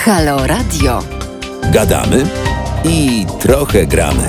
Halo Radio. Gadamy i trochę gramy.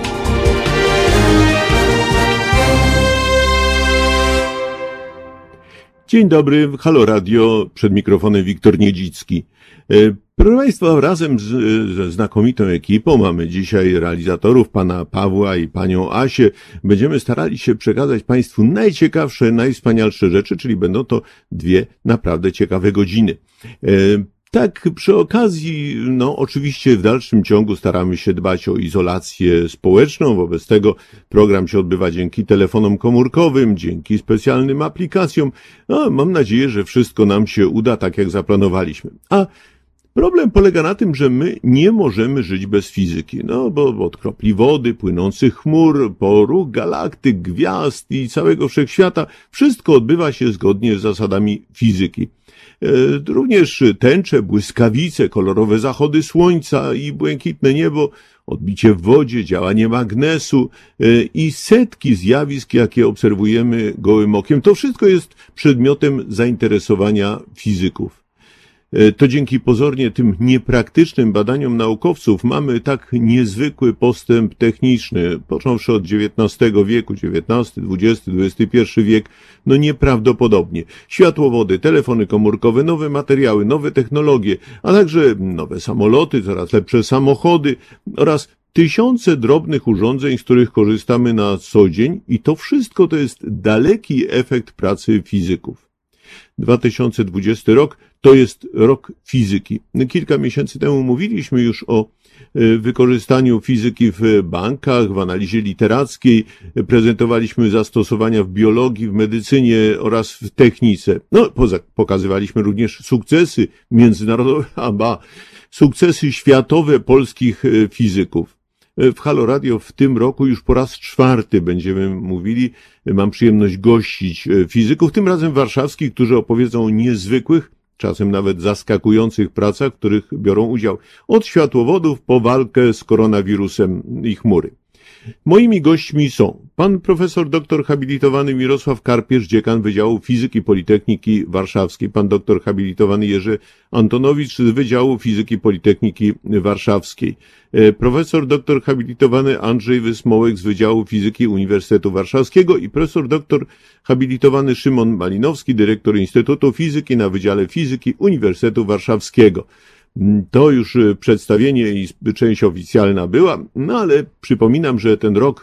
Dzień dobry, Halo Radio, przed mikrofonem Wiktor Niedzicki. Proszę Państwa, razem ze znakomitą ekipą mamy dzisiaj realizatorów, pana Pawła i panią Asię. Będziemy starali się przekazać Państwu najciekawsze, najwspanialsze rzeczy, czyli będą to dwie naprawdę ciekawe godziny. Tak, przy okazji, oczywiście w dalszym ciągu staramy się dbać o izolację społeczną, wobec tego program się odbywa dzięki telefonom komórkowym, dzięki specjalnym aplikacjom. Mam nadzieję, że wszystko nam się uda tak, jak zaplanowaliśmy. A problem polega na tym, że my nie możemy żyć bez fizyki, bo od kropli wody, płynących chmur, po ruch galaktyk, gwiazd i całego wszechświata, wszystko odbywa się zgodnie z zasadami fizyki. Również tęcze, błyskawice, kolorowe zachody słońca i błękitne niebo, odbicie w wodzie, działanie magnesu i setki zjawisk, jakie obserwujemy gołym okiem. To wszystko jest przedmiotem zainteresowania fizyków. To dzięki pozornie tym niepraktycznym badaniom naukowców mamy tak niezwykły postęp techniczny, począwszy od XIX wieku, XIX, XX, XXI wiek, nieprawdopodobnie. Światłowody, telefony komórkowe, nowe materiały, nowe technologie, a także nowe samoloty, coraz lepsze samochody oraz tysiące drobnych urządzeń, z których korzystamy na co dzień i to wszystko to jest daleki efekt pracy fizyków. 2020 rok to jest rok fizyki. Kilka miesięcy temu mówiliśmy już o wykorzystaniu fizyki w bankach, w analizie literackiej, prezentowaliśmy zastosowania w biologii, w medycynie oraz w technice. Pokazywaliśmy również sukcesy międzynarodowe, sukcesy światowe polskich fizyków. W Halo Radio w tym roku już po raz 4 będziemy mówili, mam przyjemność gościć fizyków, tym razem warszawskich, którzy opowiedzą o niezwykłych, czasem nawet zaskakujących pracach, w których biorą udział. Od światłowodów po walkę z koronawirusem i chmury. Moimi gośćmi są pan profesor doktor habilitowany Mirosław Karpierz, dziekan Wydziału Fizyki Politechniki Warszawskiej, pan doktor habilitowany Jerzy Antonowicz z Wydziału Fizyki Politechniki Warszawskiej, profesor doktor habilitowany Andrzej Wysmołek z Wydziału Fizyki Uniwersytetu Warszawskiego i profesor doktor habilitowany Szymon Malinowski, dyrektor Instytutu Fizyki na Wydziale Fizyki Uniwersytetu Warszawskiego. To już przedstawienie i część oficjalna była, ale przypominam, że ten rok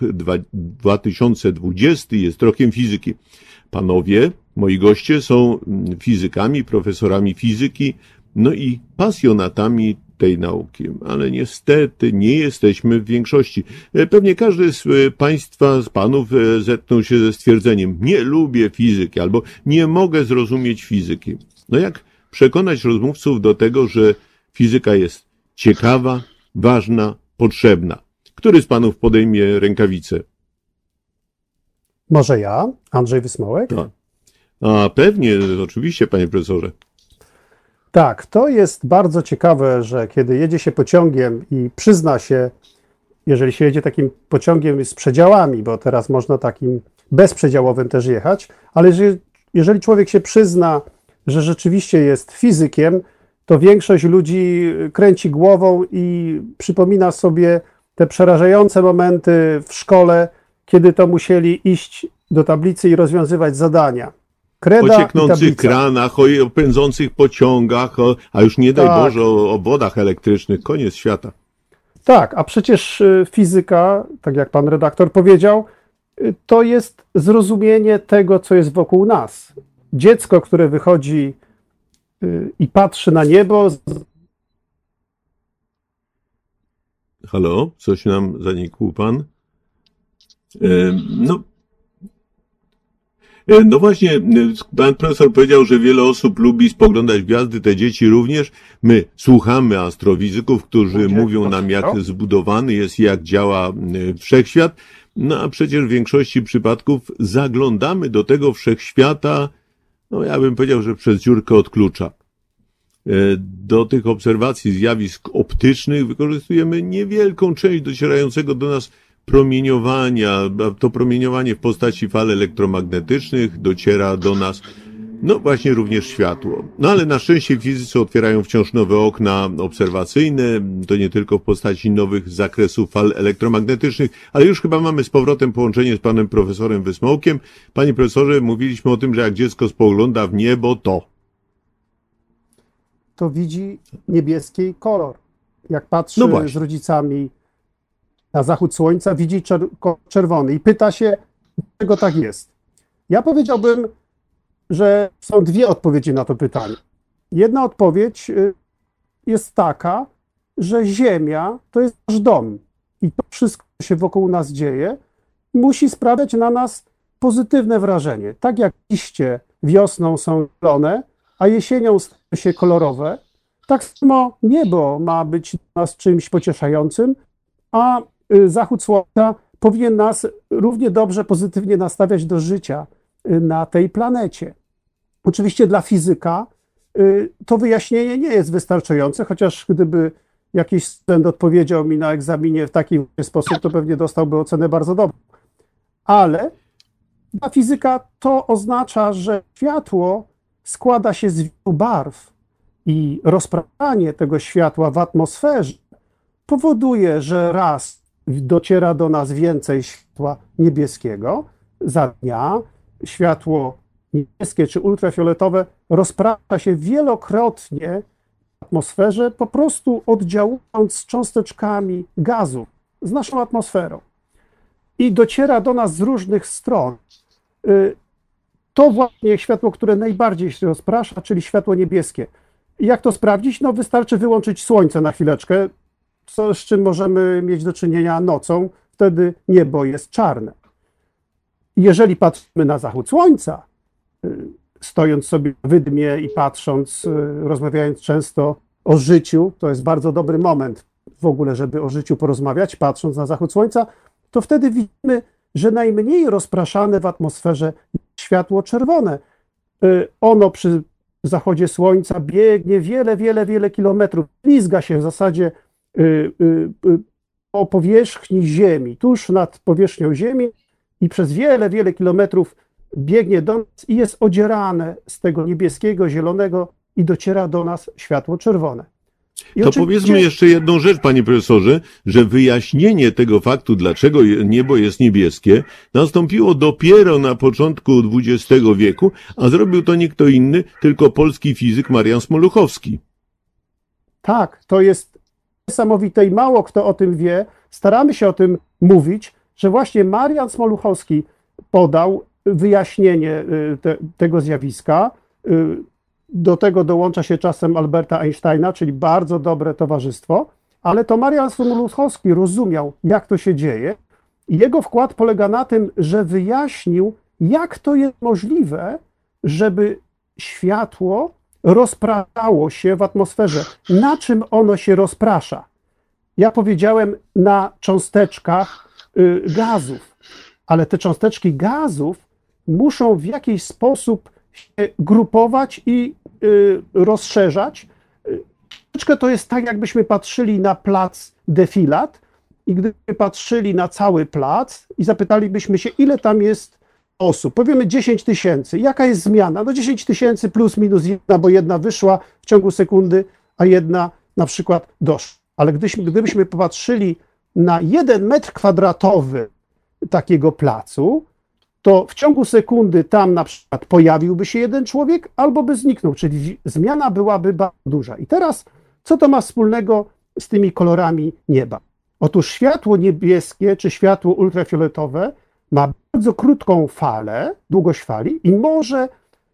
2020 jest rokiem fizyki. Panowie, moi goście są fizykami, profesorami fizyki, i pasjonatami tej nauki, ale niestety nie jesteśmy w większości. Pewnie każdy z Państwa, z Panów zetknął się ze stwierdzeniem: nie lubię fizyki albo nie mogę zrozumieć fizyki. Jak przekonać rozmówców do tego, że fizyka jest ciekawa, ważna, potrzebna? Który z Panów podejmie rękawicę? Może ja, Andrzej Wysmołek? Pewnie, oczywiście, panie profesorze. Tak, to jest bardzo ciekawe, że kiedy jedzie się pociągiem i przyzna się, jeżeli się jedzie takim pociągiem z przedziałami, bo teraz można takim bezprzedziałowym też jechać, ale jeżeli człowiek się przyzna, że rzeczywiście jest fizykiem, to większość ludzi kręci głową i przypomina sobie te przerażające momenty w szkole, kiedy to musieli iść do tablicy i rozwiązywać zadania. Kreda o cieknących kranach, o pędzących pociągach, a już nie daj Boże o obwodach elektrycznych. Koniec świata. Tak, a przecież fizyka, tak jak pan redaktor powiedział, to jest zrozumienie tego, co jest wokół nas. Dziecko, które wychodzi i patrzy na niebo. Halo? Coś nam zanikł pan? Właśnie, pan profesor powiedział, że wiele osób lubi spoglądać w gwiazdy, te dzieci również. My słuchamy astrofizyków, którzy mówią nam, jak zbudowany jest i jak działa wszechświat. A przecież w większości przypadków zaglądamy do tego wszechświata, ja bym powiedział, że przez dziurkę od klucza. Do tych obserwacji zjawisk optycznych wykorzystujemy niewielką część docierającego do nas promieniowania. To promieniowanie w postaci fal elektromagnetycznych dociera do nas No właśnie również światło. No ale na szczęście fizycy otwierają wciąż nowe okna obserwacyjne, to nie tylko w postaci nowych zakresów fal elektromagnetycznych, ale już chyba mamy z powrotem połączenie z panem profesorem Wysmołkiem. Panie profesorze, mówiliśmy o tym, że jak dziecko spogląda w niebo, to widzi niebieski kolor. Jak patrzy z rodzicami na zachód słońca, widzi czerwony i pyta się, dlaczego tak jest. Ja powiedziałbym, że są dwie odpowiedzi na to pytanie. Jedna odpowiedź jest taka, że Ziemia to jest nasz dom i to wszystko, co się wokół nas dzieje, musi sprawiać na nas pozytywne wrażenie. Tak jak liście wiosną są zielone, a jesienią stają się kolorowe, tak samo niebo ma być dla nas czymś pocieszającym, a zachód słońca powinien nas równie dobrze pozytywnie nastawiać do życia na tej planecie. Oczywiście dla fizyka to wyjaśnienie nie jest wystarczające, chociaż gdyby jakiś student odpowiedział mi na egzaminie w taki sposób, to pewnie dostałby ocenę bardzo dobrą. Ale dla fizyka to oznacza, że światło składa się z wielu barw i rozpraszanie tego światła w atmosferze powoduje, że raz dociera do nas więcej światła niebieskiego za dnia, światło niebieskie czy ultrafioletowe rozprasza się wielokrotnie w atmosferze, po prostu oddziałując z cząsteczkami gazu, z naszą atmosferą. I dociera do nas z różnych stron. To właśnie światło, które najbardziej się rozprasza, czyli światło niebieskie. I jak to sprawdzić? No wystarczy wyłączyć słońce na chwileczkę, z czym możemy mieć do czynienia nocą, wtedy niebo jest czarne. Jeżeli patrzymy na zachód słońca, stojąc sobie w wydmie i patrząc, rozmawiając często o życiu, to jest bardzo dobry moment w ogóle, żeby o życiu porozmawiać, patrząc na zachód słońca, to wtedy widzimy, że najmniej rozpraszane w atmosferze jest światło czerwone. Ono przy zachodzie słońca biegnie wiele kilometrów, ślizga się w zasadzie po powierzchni Ziemi, tuż nad powierzchnią Ziemi i przez wiele kilometrów biegnie do nas i jest odzierane z tego niebieskiego, zielonego i dociera do nas światło czerwone. To powiedzmy jeszcze jedną rzecz, panie profesorze, że wyjaśnienie tego faktu, dlaczego niebo jest niebieskie, nastąpiło dopiero na początku XX wieku, a zrobił to nie kto inny, tylko polski fizyk Marian Smoluchowski. Tak, to jest niesamowite i mało kto o tym wie. Staramy się o tym mówić, że właśnie Marian Smoluchowski podał wyjaśnienie tego zjawiska. Do tego dołącza się czasem Alberta Einsteina, czyli bardzo dobre towarzystwo, ale to Marian Smoluchowski rozumiał, jak to się dzieje i jego wkład polega na tym, że wyjaśnił, jak to jest możliwe, żeby światło rozpraszało się w atmosferze. Na czym ono się rozprasza? Ja powiedziałem na cząsteczkach gazów, ale te cząsteczki gazów muszą w jakiś sposób się grupować i rozszerzać. Troszeczkę to jest tak, jakbyśmy patrzyli na plac defilat i gdybyśmy patrzyli na cały plac i zapytalibyśmy się, ile tam jest osób. Powiemy 10 000. Jaka jest zmiana? No 10 000 plus minus jedna, bo jedna wyszła w ciągu sekundy, a jedna na przykład doszła. Ale gdybyśmy popatrzyli na 1 metr kwadratowy takiego placu, to w ciągu sekundy tam na przykład pojawiłby się jeden człowiek albo by zniknął, czyli zmiana byłaby bardzo duża. I teraz, co to ma wspólnego z tymi kolorami nieba? Otóż światło niebieskie czy światło ultrafioletowe ma bardzo krótką falę, długość fali i może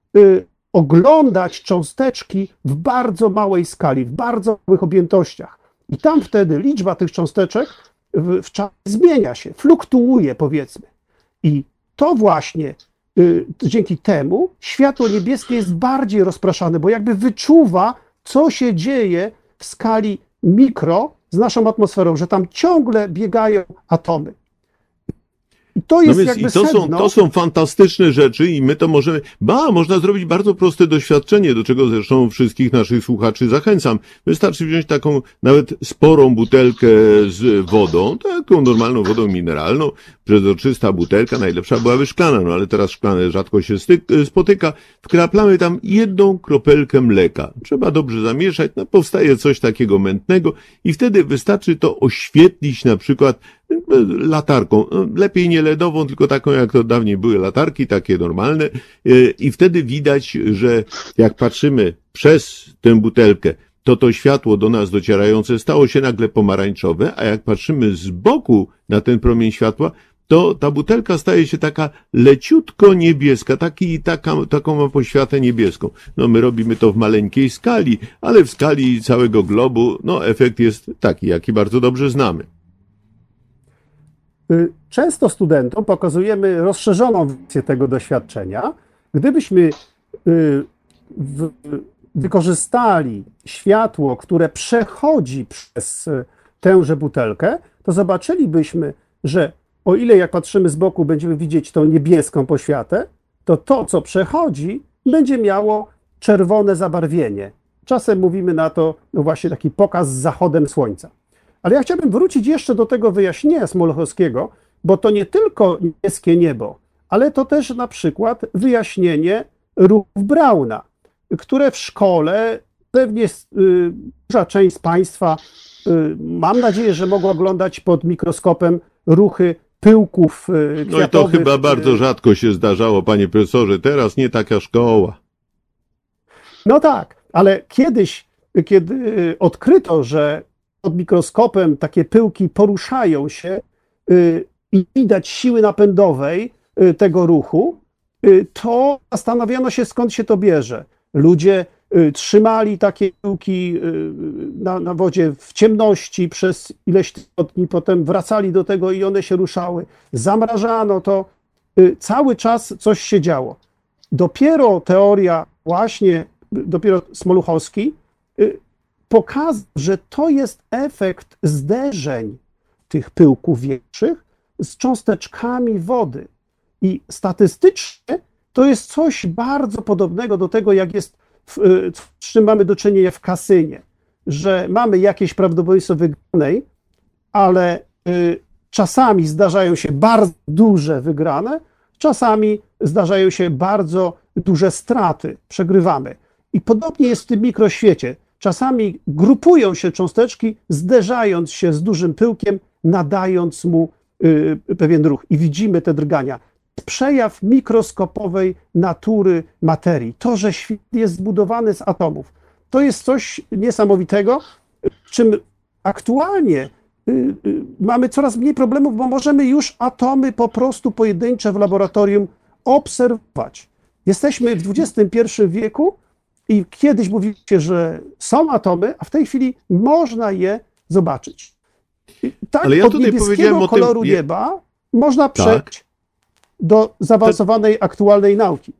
oglądać cząsteczki w bardzo małej skali, w bardzo małych objętościach. I tam wtedy liczba tych cząsteczek w czasie zmienia się, fluktuuje, powiedzmy. I to właśnie dzięki temu światło niebieskie jest bardziej rozpraszane, bo jakby wyczuwa, co się dzieje w skali mikro z naszą atmosferą, że tam ciągle biegają atomy. I to No jest więc jakby to są fantastyczne rzeczy i my to możemy, można zrobić bardzo proste doświadczenie, do czego zresztą wszystkich naszych słuchaczy zachęcam. Wystarczy wziąć taką nawet sporą butelkę z wodą, taką normalną wodą mineralną, przezroczysta butelka, najlepsza byłaby szklana, no ale teraz szklane rzadko się spotyka. Wkraplamy tam 1 kropelkę mleka. Trzeba dobrze zamieszać, no powstaje coś takiego mętnego i wtedy wystarczy to oświetlić na przykład latarką. Lepiej nie LEDową, tylko taką jak to dawniej były latarki, takie normalne. I wtedy widać, że jak patrzymy przez tę butelkę, to światło do nas docierające stało się nagle pomarańczowe, a jak patrzymy z boku na ten promień światła, to ta butelka staje się taka leciutko niebieska, taką ma poświatę niebieską. No my robimy to w maleńkiej skali, ale w skali całego globu, no efekt jest taki, jaki bardzo dobrze znamy. Często studentom pokazujemy rozszerzoną wersję tego doświadczenia. Gdybyśmy wykorzystali światło, które przechodzi przez tęże butelkę, to zobaczylibyśmy, że o ile jak patrzymy z boku będziemy widzieć tą niebieską poświatę, to co przechodzi będzie miało czerwone zabarwienie. Czasem mówimy na to no właśnie taki pokaz z zachodem słońca. Ale ja chciałbym wrócić jeszcze do tego wyjaśnienia Smoluchowskiego, bo to nie tylko niebieskie niebo, ale to też na przykład wyjaśnienie ruchów Brauna, które w szkole pewnie duża część z Państwa, mam nadzieję, że mogła oglądać pod mikroskopem ruchy pyłków kwiatowych. No i to chyba bardzo rzadko się zdarzało, panie profesorze. Teraz nie taka szkoła. No tak, ale kiedyś, kiedy odkryto, że pod mikroskopem takie pyłki poruszają się i widać siły napędowej tego ruchu, to zastanowiono się, skąd się to bierze. Ludzie trzymali takie pyłki na wodzie w ciemności przez ileś tygodni, potem wracali do tego i one się ruszały. Zamrażano to, cały czas coś się działo. Dopiero Smoluchowski pokazał, że to jest efekt zderzeń tych pyłków większych z cząsteczkami wody. I statystycznie to jest coś bardzo podobnego do tego, jak jest, z czym mamy do czynienia w kasynie, że mamy jakieś prawdopodobieństwo wygranej, ale czasami zdarzają się bardzo duże wygrane, czasami zdarzają się bardzo duże straty, przegrywamy. I podobnie jest w tym mikroświecie. Czasami grupują się cząsteczki, zderzając się z dużym pyłkiem, nadając mu pewien ruch i widzimy te drgania. Przejaw mikroskopowej natury materii. To, że świat jest zbudowany z atomów, to jest coś niesamowitego, czym aktualnie mamy coraz mniej problemów, bo możemy już atomy po prostu pojedyncze w laboratorium obserwować. Jesteśmy w XXI wieku i kiedyś mówiliście, że są atomy, a w tej chwili można je zobaczyć. Tak, ale ja od niebieskiego koloru nieba można przejść do zaawansowanej, aktualnej nauki.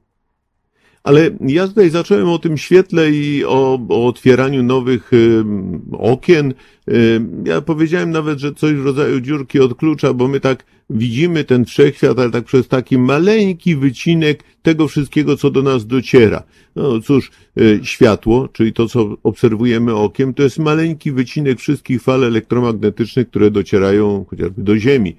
Ale ja tutaj zacząłem o tym świetle i o otwieraniu nowych okien. Ja powiedziałem nawet, że coś w rodzaju dziurki od klucza, bo my tak widzimy ten wszechświat, ale tak przez taki maleńki wycinek tego wszystkiego, co do nas dociera. No cóż, światło, czyli to, co obserwujemy okiem, to jest maleńki wycinek wszystkich fal elektromagnetycznych, które docierają chociażby do Ziemi.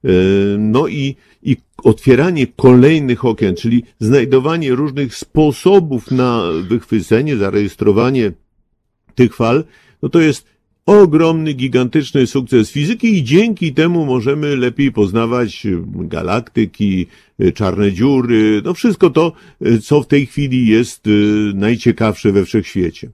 No i otwieranie kolejnych okien, czyli znajdowanie różnych sposobów na wychwycenie, zarejestrowanie tych fal, no to jest ogromny, gigantyczny sukces fizyki i dzięki temu możemy lepiej poznawać galaktyki, czarne dziury, no wszystko to, co w tej chwili jest najciekawsze we wszechświecie.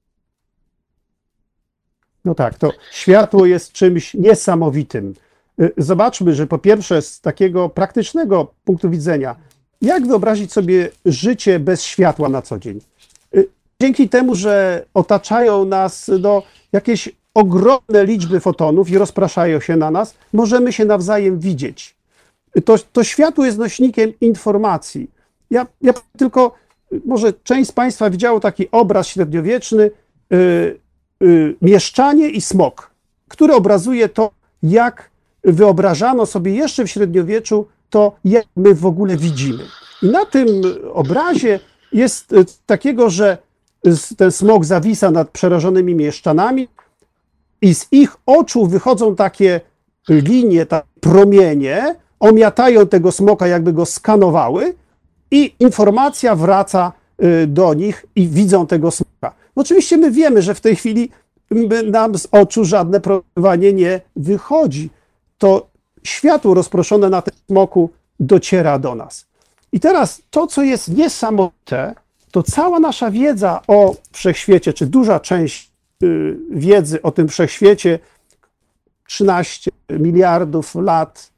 No tak, to światło jest czymś niesamowitym. Zobaczmy, że po pierwsze z takiego praktycznego punktu widzenia, jak wyobrazić sobie życie bez światła na co dzień? Dzięki temu, że otaczają nas jakieś ogromne liczby fotonów i rozpraszają się na nas, możemy się nawzajem widzieć. To światło jest nośnikiem informacji. Ja tylko, może część z Państwa widziało taki obraz średniowieczny, mieszczanie i smok, który obrazuje to, jak wyobrażano sobie jeszcze w średniowieczu to jak my w ogóle widzimy. I na tym obrazie jest takiego, że ten smog zawisa nad przerażonymi mieszczanami i z ich oczu wychodzą takie linie, takie promienie, omiatają tego smoka, jakby go skanowały i informacja wraca do nich i widzą tego smoka. Oczywiście my wiemy, że w tej chwili nam z oczu żadne promieniowanie nie wychodzi. To światło rozproszone na tym smoku dociera do nas. I teraz to, co jest niesamowite, to cała nasza wiedza o wszechświecie, czy duża część wiedzy o tym wszechświecie, 13 miliardów lat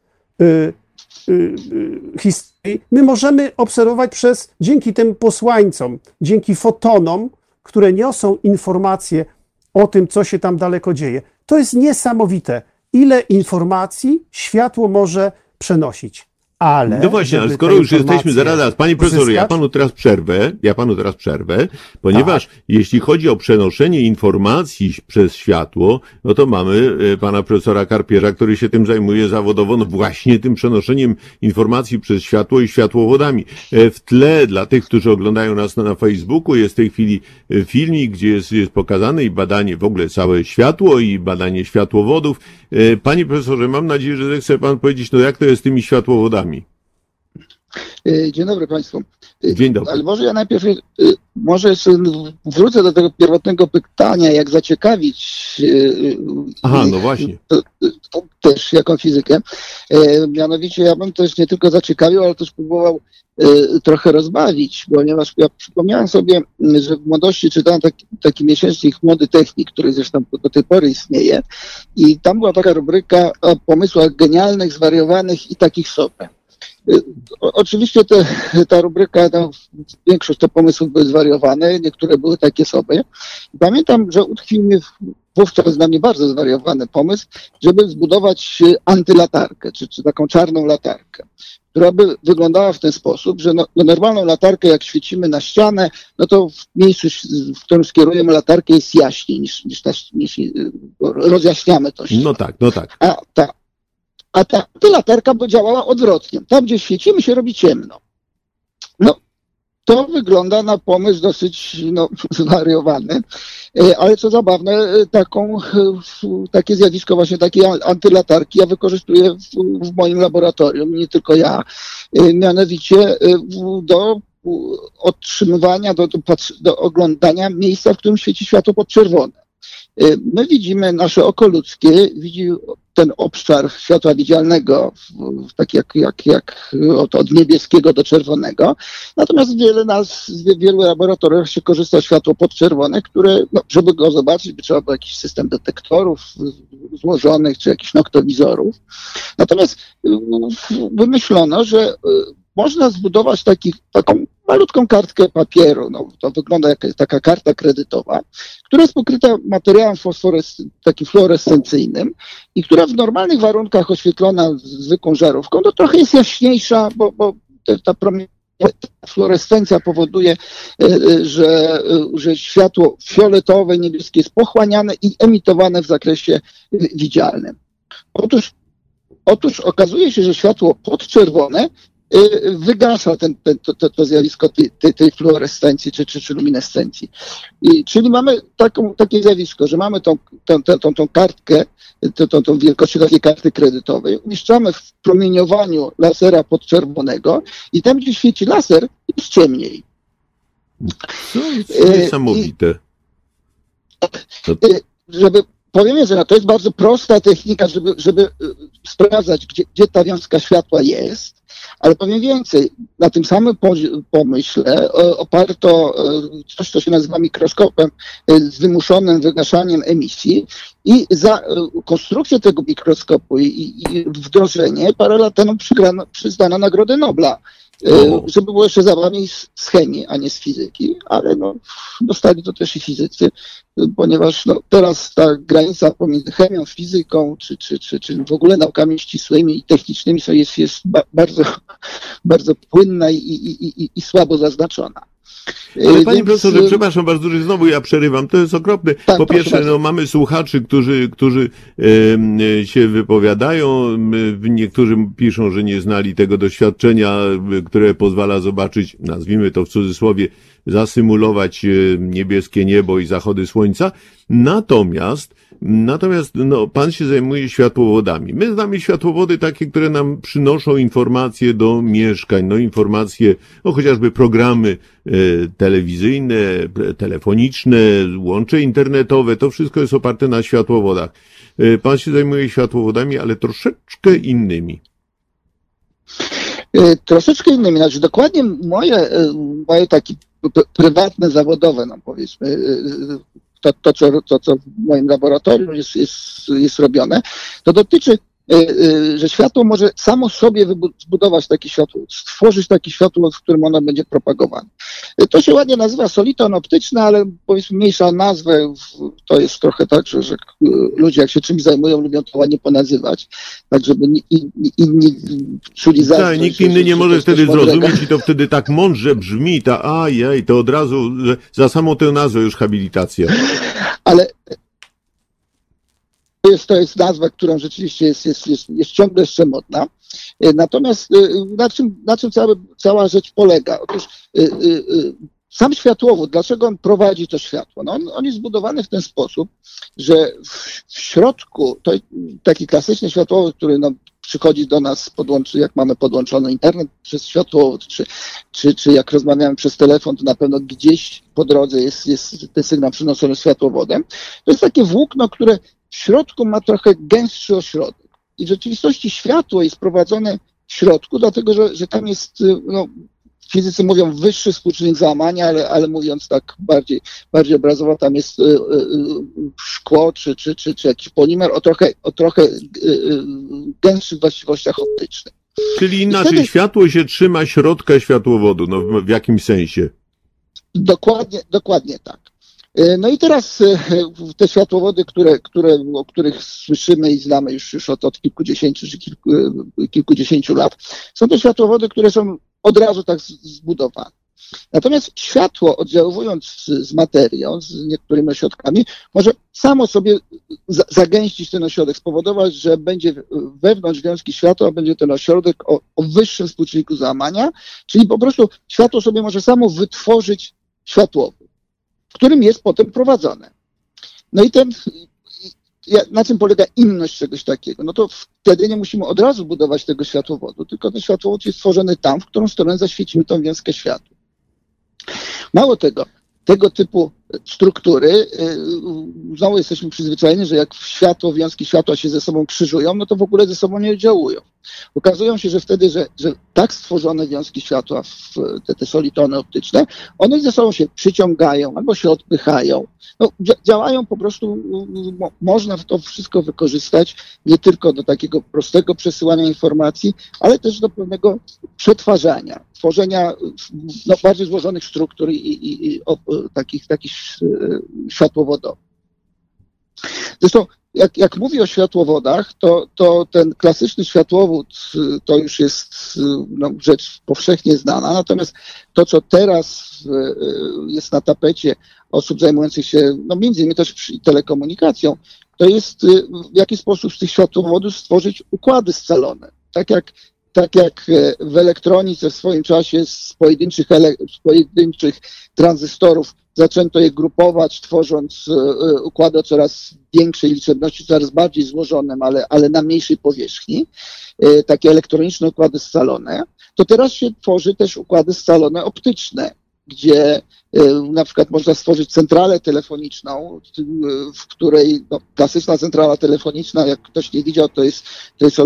historii, my możemy obserwować dzięki tym posłańcom, dzięki fotonom, które niosą informacje o tym, co się tam daleko dzieje. To jest niesamowite, ile informacji światło może przenosić. Ale no właśnie, ale skoro już jesteśmy zaraz, panie profesorze, ja panu teraz przerwę, ponieważ jeśli chodzi o przenoszenie informacji przez światło, no to mamy pana profesora Karpierza, który się tym zajmuje zawodowo, no właśnie tym przenoszeniem informacji przez światło i światłowodami. W tle, dla tych, którzy oglądają nas na Facebooku, jest w tej chwili filmik, gdzie jest pokazane i badanie w ogóle całe światło i badanie światłowodów. Panie profesorze, mam nadzieję, że chce pan powiedzieć, no jak to jest z tymi światłowodami? Dzień dobry Państwu. Dzień dobry. Ale może ja najpierw, może jeszcze wrócę do tego pierwotnego pytania, jak zaciekawić. Aha, no właśnie. To też jako fizykę. Mianowicie ja bym też nie tylko zaciekawił, ale też próbował trochę rozbawić, ponieważ ja przypomniałem sobie, że w młodości czytałem taki miesięcznik Młody Technik, który zresztą do tej pory istnieje, i tam była taka rubryka o pomysłach genialnych, zwariowanych i takich sobie. Oczywiście ta rubryka, większość to pomysłów były zwariowane, niektóre były takie sobie. Pamiętam, że utkwił mnie wówczas dla mnie bardzo zwariowany pomysł, żeby zbudować antylatarkę, czy taką czarną latarkę, która by wyglądała w ten sposób, że normalną latarkę, jak świecimy na ścianę, no to w miejscu, w którym skierujemy latarkę, jest jaśniej niż rozjaśniamy to ścianę. No tak. A ta latarka by działała odwrotnie. Tam, gdzie świecimy, się robi ciemno. No, to wygląda na pomysł dosyć zwariowany, ale co zabawne, takie zjawisko właśnie takiej antylatarki ja wykorzystuję w moim laboratorium, nie tylko ja, mianowicie do otrzymywania, do oglądania miejsca, w którym świeci światło podczerwone. My widzimy, nasze oko ludzkie widzi ten obszar światła widzialnego, tak jak od niebieskiego do czerwonego. Natomiast w wielu laboratoriach się korzysta z światła podczerwone, które, żeby go zobaczyć, by trzeba było jakiś system detektorów złożonych, czy jakichś noktowizorów. Natomiast wymyślono, że można zbudować taką malutką kartkę papieru, to wygląda jak taka karta kredytowa, która jest pokryta materiałem takim fluorescencyjnym i która w normalnych warunkach oświetlona zwykłą żarówką, to trochę jest jaśniejsza, bo ta fluorescencja powoduje, że światło fioletowe i niebieskie jest pochłaniane i emitowane w zakresie widzialnym. Otóż okazuje się, że światło podczerwone wygasa to zjawisko tej fluorescencji czy luminescencji. Czyli mamy takie zjawisko, że mamy tą kartkę, tą wielkość takiej karty kredytowej, umieszczamy w promieniowaniu lasera podczerwonego i tam, gdzie świeci laser, jest ciemniej. To jest niesamowite. Powiem, że to jest bardzo prosta technika, żeby sprawdzać, gdzie ta wiązka światła jest, ale powiem więcej, na tym samym pomyśle oparto coś, co się nazywa mikroskopem z wymuszonym wygaszaniem emisji i za konstrukcję tego mikroskopu i wdrożenie parę lat temu przyznano Nagrodę Nobla. Żeby było jeszcze zabawniej z chemii, a nie z fizyki, ale dostali to też i fizycy, ponieważ teraz ta granica pomiędzy chemią, fizyką, czy w ogóle naukami ścisłymi i technicznymi jest bardzo, bardzo płynna i słabo zaznaczona. Ale panie profesorze, przepraszam bardzo, że znowu ja przerywam, to jest okropne. Tak, po pierwsze, bardzo. mamy słuchaczy, którzy się wypowiadają, niektórzy piszą, że nie znali tego doświadczenia, które pozwala zobaczyć, nazwijmy to w cudzysłowie, zasymulować niebieskie niebo i zachody słońca. Natomiast pan się zajmuje światłowodami. My znamy światłowody takie, które nam przynoszą informacje do mieszkań, informacje, chociażby programy telewizyjne, telefoniczne, łącze internetowe, to wszystko jest oparte na światłowodach. Pan się zajmuje światłowodami, ale troszeczkę innymi. Troszeczkę innymi, znaczy dokładnie moje takie prywatne, zawodowe, powiedzmy, to, co w moim laboratorium jest robione, to dotyczy, że światło może samo sobie zbudować takie światło, stworzyć taki światło, w którym ono będzie propagowane. To się ładnie nazywa soliton optyczny, ale powiedzmy mniejsza o nazwę, to jest trochę tak, że ludzie jak się czymś zajmują, lubią to ładnie ponazywać, tak żeby inni czuli zazdrość. Tak, nikt inny nie może wtedy zrozumieć i to wtedy tak mądrze brzmi, to od razu za samą tę nazwę już habilitacja. Ale to jest nazwa, którą rzeczywiście jest ciągle jeszcze modna. Natomiast na czym cała rzecz polega? Otóż sam światłowód, dlaczego on prowadzi to światło? On jest zbudowany w ten sposób, że w środku, to taki klasyczny światłowód, który przychodzi do nas, jak mamy podłączony internet przez światłowód, czy jak rozmawiamy przez telefon, to na pewno gdzieś po drodze jest ten sygnał przenoszony światłowodem. To jest takie włókno, które w środku ma trochę gęstszy ośrodek. I w rzeczywistości światło jest prowadzone w środku, dlatego że tam jest, fizycy mówią wyższy współczynnik załamania, ale mówiąc tak bardziej obrazowo, tam jest szkło czy jakiś polimer o trochę gęstszych właściwościach optycznych. Czyli inaczej, wtedy światło się trzyma środka światłowodu, w jakimś sensie. Dokładnie tak. No i teraz te światłowody, o których słyszymy i znamy już od kilkudziesięciu czy kilkudziesięciu lat, są to światłowody, które są od razu tak zbudowane. Natomiast światło, oddziaływując z materią, z niektórymi ośrodkami, może samo sobie zagęścić ten ośrodek, spowodować, że będzie wewnątrz wiązki światła, będzie ten ośrodek o wyższym współczynniku załamania, czyli po prostu światło sobie może samo wytworzyć światłowód, w którym jest potem prowadzone. No i na czym polega inność czegoś takiego? No to wtedy nie musimy od razu budować tego światłowodu, tylko ten światłowód jest stworzony tam, w którą stronę zaświecimy tą wiązkę światła. Mało tego typu struktury, znowu jesteśmy przyzwyczajeni, że jak wiązki światła się ze sobą krzyżują, no to w ogóle ze sobą nie oddziałują. Okazują się, że wtedy, że tak stworzone wiązki światła, te solitony optyczne, one ze sobą się przyciągają albo się odpychają. Działają po prostu, można to wszystko wykorzystać nie tylko do takiego prostego przesyłania informacji, ale też do pewnego przetwarzania, tworzenia bardziej złożonych struktur i takich światłowodowych. Zresztą jak mówię o światłowodach, to ten klasyczny światłowód to już jest rzecz powszechnie znana, natomiast to, co teraz jest na tapecie osób zajmujących się między innymi też telekomunikacją, to jest w jaki sposób z tych światłowodów stworzyć układy scalone. Tak jak w elektronice w swoim czasie z pojedynczych tranzystorów zaczęto je grupować, tworząc układy o coraz większej liczebności, coraz bardziej złożonym, ale na mniejszej powierzchni, takie elektroniczne układy scalone, to teraz się tworzy też układy scalone optyczne, gdzie na przykład można stworzyć centralę telefoniczną, w której klasyczna centrala telefoniczna, jak ktoś nie widział, to jest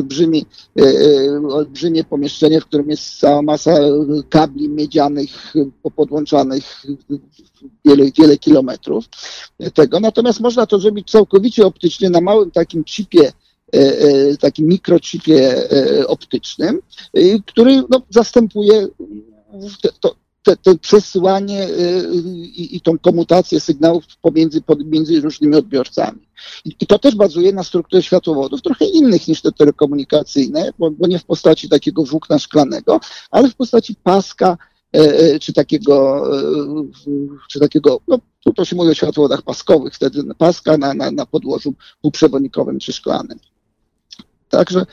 olbrzymie pomieszczenie, w którym jest cała masa kabli miedzianych podłączanych wiele kilometrów tego. Natomiast można to zrobić całkowicie optycznie na małym takim chipie, takim mikrochipie optycznym, który zastępuje to przesyłanie i tą komutację sygnałów pomiędzy różnymi odbiorcami. I to też bazuje na strukturze światłowodów, trochę innych niż te telekomunikacyjne, bo nie w postaci takiego włókna szklanego, ale w postaci paska no to się mówi o światłowodach paskowych, wtedy paska na podłożu półprzewodnikowym czy szklanym. Także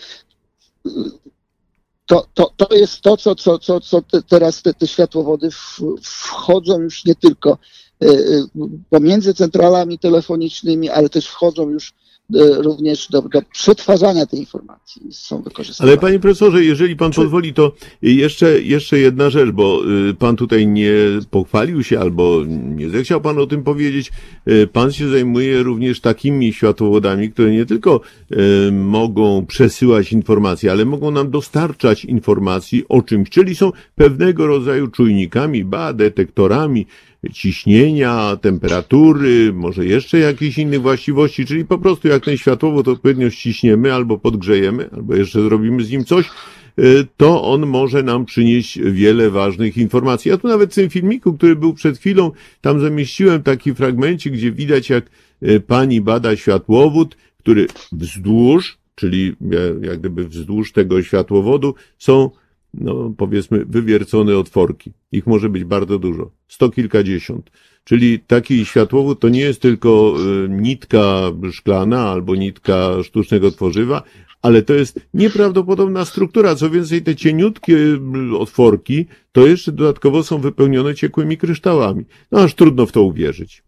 to jest to, co teraz te światłowody wchodzą już nie tylko pomiędzy centralami telefonicznymi, ale też wchodzą już również do przetwarzania tej informacji, są wykorzystywane. Ale panie profesorze, jeżeli pan pozwoli, to jeszcze jedna rzecz, bo pan tutaj nie pochwalił się albo nie zechciał pan o tym powiedzieć. Pan się zajmuje również takimi światłowodami, które nie tylko mogą przesyłać informacje, ale mogą nam dostarczać informacji o czymś, czyli są pewnego rodzaju czujnikami, detektorami ciśnienia, temperatury, może jeszcze jakichś innych właściwości, czyli po prostu jak ten światłowód odpowiednio ściśniemy albo podgrzejemy, albo jeszcze zrobimy z nim coś, to on może nam przynieść wiele ważnych informacji. Ja tu nawet w tym filmiku, który był przed chwilą, tam zamieściłem taki fragmencik, gdzie widać, jak pani bada światłowód, który wzdłuż, czyli jak gdyby wzdłuż tego światłowodu są, no powiedzmy, wywiercone otworki. Ich może być bardzo dużo. 100 kilkadziesiąt. Czyli taki światłowód to nie jest tylko nitka szklana albo nitka sztucznego tworzywa, ale to jest nieprawdopodobna struktura. Co więcej, te cieniutkie otworki to jeszcze dodatkowo są wypełnione ciekłymi kryształami. No aż trudno w to uwierzyć.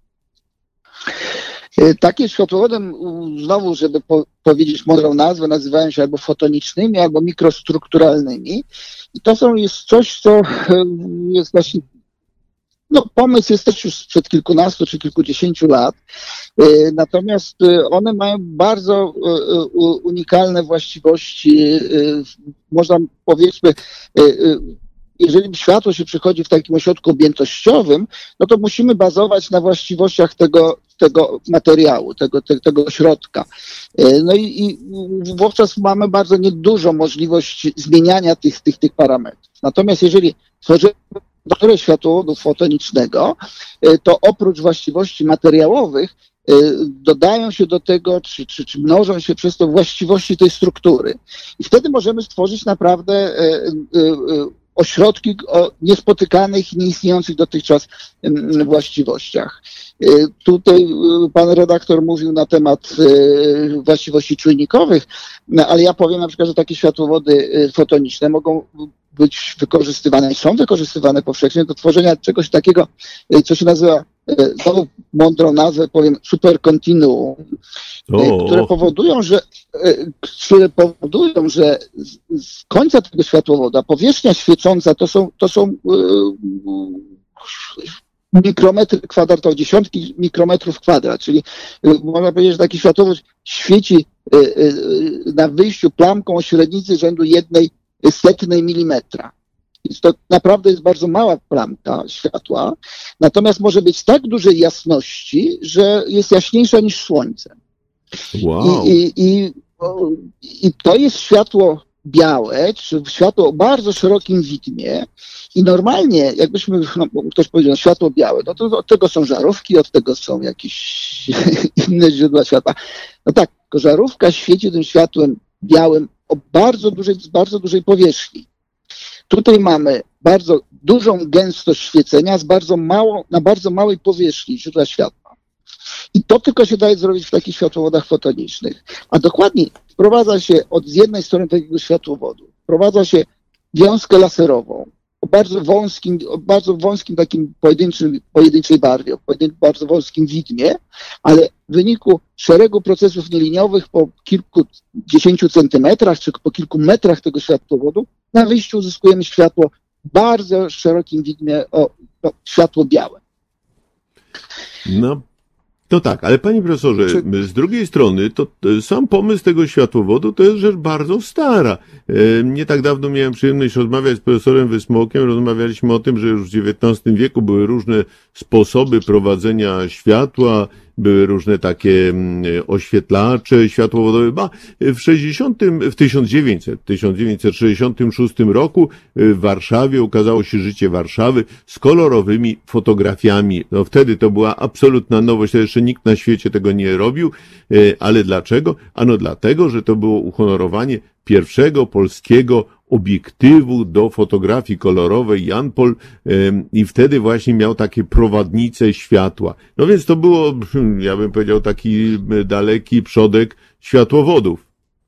Takie światłowodem, znowu, żeby powiedzieć mądrą nazwę, nazywają się albo fotonicznymi, albo mikrostrukturalnymi. I to jest coś, co jest właśnie, no pomysł jest też już sprzed kilkunastu czy kilkudziesięciu lat, natomiast one mają bardzo unikalne właściwości, można powiedzmy, jeżeli światło się przychodzi w takim ośrodku objętościowym, no to musimy bazować na właściwościach tego materiału, tego środka. No i wówczas mamy bardzo niedużą możliwość zmieniania tych parametrów. Natomiast jeżeli tworzymy strukturę światłowodu fotonicznego, to oprócz właściwości materiałowych dodają się do tego, czy mnożą się przez to właściwości tej struktury. I wtedy możemy stworzyć naprawdę ośrodki o niespotykanych i nieistniejących dotychczas właściwościach. Tutaj pan redaktor mówił na temat właściwości czujnikowych, ale ja powiem na przykład, że takie światłowody fotoniczne mogą być wykorzystywane i są wykorzystywane powszechnie do tworzenia czegoś takiego, co się nazywa, znowu mądrą nazwę powiem, superkontinuum, które powodują, że z końca tego światłowoda powierzchnia świecąca to są mikrometry kwadratowe, dziesiątki mikrometrów kwadrat, czyli można powiedzieć, że taki światłowód świeci na wyjściu plamką o średnicy rzędu 1/100 milimetra. Więc to naprawdę jest bardzo mała plamka światła, natomiast może być tak dużej jasności, że jest jaśniejsza niż słońce. Wow. I to jest światło białe, czy światło o bardzo szerokim widmie i normalnie, jakbyśmy, ktoś powiedział, światło białe, no to od tego są żarówki, od tego są jakieś inne źródła światła. No tak, tylko żarówka świeci tym światłem białym z bardzo dużej powierzchni. Tutaj mamy bardzo dużą gęstość świecenia na bardzo małej powierzchni źródła światła. I to tylko się daje zrobić w takich światłowodach fotonicznych. A dokładnie wprowadza się z jednej strony takiego światłowodu, wprowadza się wiązkę laserową o bardzo wąskim takim pojedynczej barwie, o bardzo wąskim widmie, ale w wyniku szeregu procesów nieliniowych po kilkudziesięciu centymetrach czy po kilku metrach tego światłowodu na wyjściu uzyskujemy światło w bardzo szerokim widmie, światło białe. No, to tak, ale panie profesorze, z drugiej strony, to sam pomysł tego światłowodu to jest rzecz bardzo stara. Nie tak dawno miałem przyjemność rozmawiać z profesorem Wysmokiem, rozmawialiśmy o tym, że już w XIX wieku były różne sposoby prowadzenia światła, były różne takie oświetlacze światłowodowe. W 1966 roku w Warszawie ukazało się Życie Warszawy z kolorowymi fotografiami. No wtedy to była absolutna nowość, to jeszcze nikt na świecie tego nie robił. Ale dlaczego? Ano dlatego, że to było uhonorowanie pierwszego polskiego obiektywu do fotografii kolorowej Jan Pol i wtedy właśnie miał takie prowadnice światła. No więc to było, ja bym powiedział, taki daleki przodek światłowodów.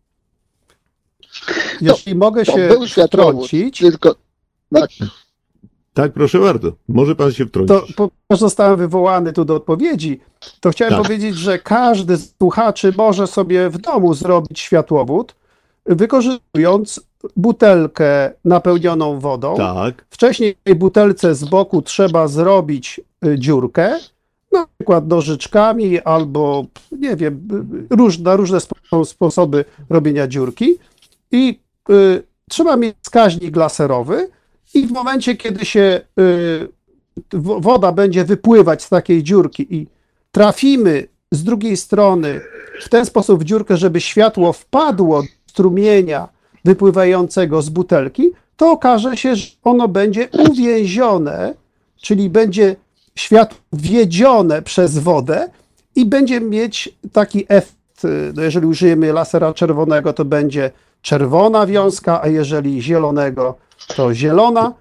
Jeśli mogę się wtrącić, tylko... Tak, proszę bardzo. Może pan się wtrącić. To zostałem wywołany tu do odpowiedzi. To chciałem powiedzieć, że każdy z słuchaczy może sobie w domu zrobić światłowód, wykorzystując butelkę napełnioną wodą. Tak. Wcześniej w tej butelce z boku trzeba zrobić dziurkę, na przykład nożyczkami albo, nie wiem, na różne sposoby robienia dziurki. I trzeba mieć wskaźnik laserowy i w momencie, kiedy się woda będzie wypływać z takiej dziurki i trafimy z drugiej strony w ten sposób w dziurkę, żeby światło wpadło do strumienia wypływającego z butelki, to okaże się, że ono będzie uwięzione, czyli będzie światło wiedzione przez wodę i będzie mieć taki efekt, no jeżeli użyjemy lasera czerwonego, to będzie czerwona wiązka, a jeżeli zielonego, to zielona.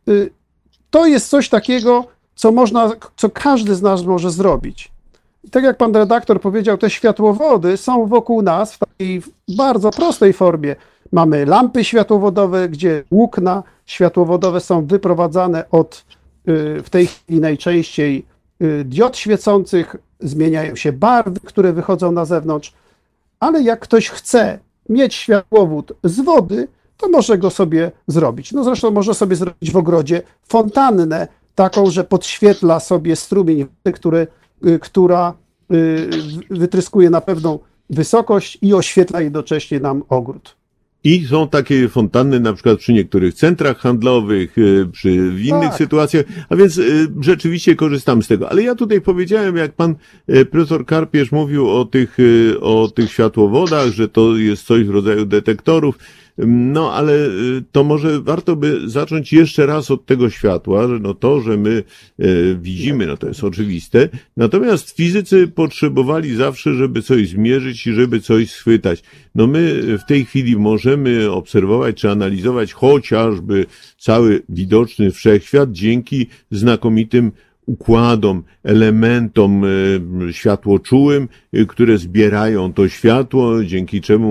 To jest coś takiego, co każdy z nas może zrobić. Tak jak pan redaktor powiedział, te światłowody są wokół nas w takiej bardzo prostej formie. Mamy lampy światłowodowe, gdzie łukna światłowodowe są wyprowadzane od w tej chwili najczęściej diod świecących, zmieniają się barwy, które wychodzą na zewnątrz, ale jak ktoś chce mieć światłowód z wody, to może go sobie zrobić. No zresztą może sobie zrobić w ogrodzie fontannę, taką, że podświetla sobie strumień wody, która wytryskuje na pewną wysokość i oświetla jednocześnie nam ogród. I są takie fontanny na przykład przy niektórych centrach handlowych, w innych sytuacjach, a więc rzeczywiście korzystam z tego. Ale ja tutaj powiedziałem, jak pan profesor Karpierz mówił o tych światłowodach, że to jest coś w rodzaju detektorów. No, ale to może warto by zacząć jeszcze raz od tego światła, że no to, że my widzimy, no to jest oczywiste. Natomiast fizycy potrzebowali zawsze, żeby coś zmierzyć i żeby coś schwytać. No my w tej chwili możemy obserwować czy analizować chociażby cały widoczny wszechświat dzięki znakomitym układom, elementom światłoczułym, które zbierają to światło, dzięki czemu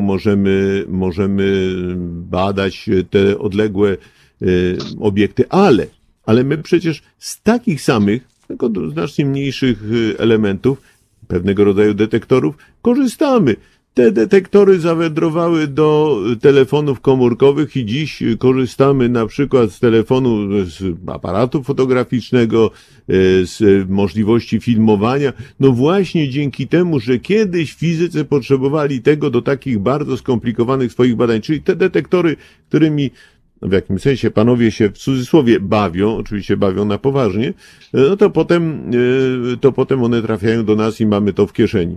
możemy badać te odległe obiekty. Ale my przecież z takich samych, tylko znacznie mniejszych elementów, pewnego rodzaju detektorów, korzystamy. Te detektory zawędrowały do telefonów komórkowych i dziś korzystamy na przykład z telefonu, z aparatu fotograficznego, z możliwości filmowania. No właśnie dzięki temu, że kiedyś fizycy potrzebowali tego do takich bardzo skomplikowanych swoich badań, czyli te detektory, którymi w jakimś sensie panowie się w cudzysłowie bawią, oczywiście bawią na poważnie, no to potem one trafiają do nas i mamy to w kieszeni.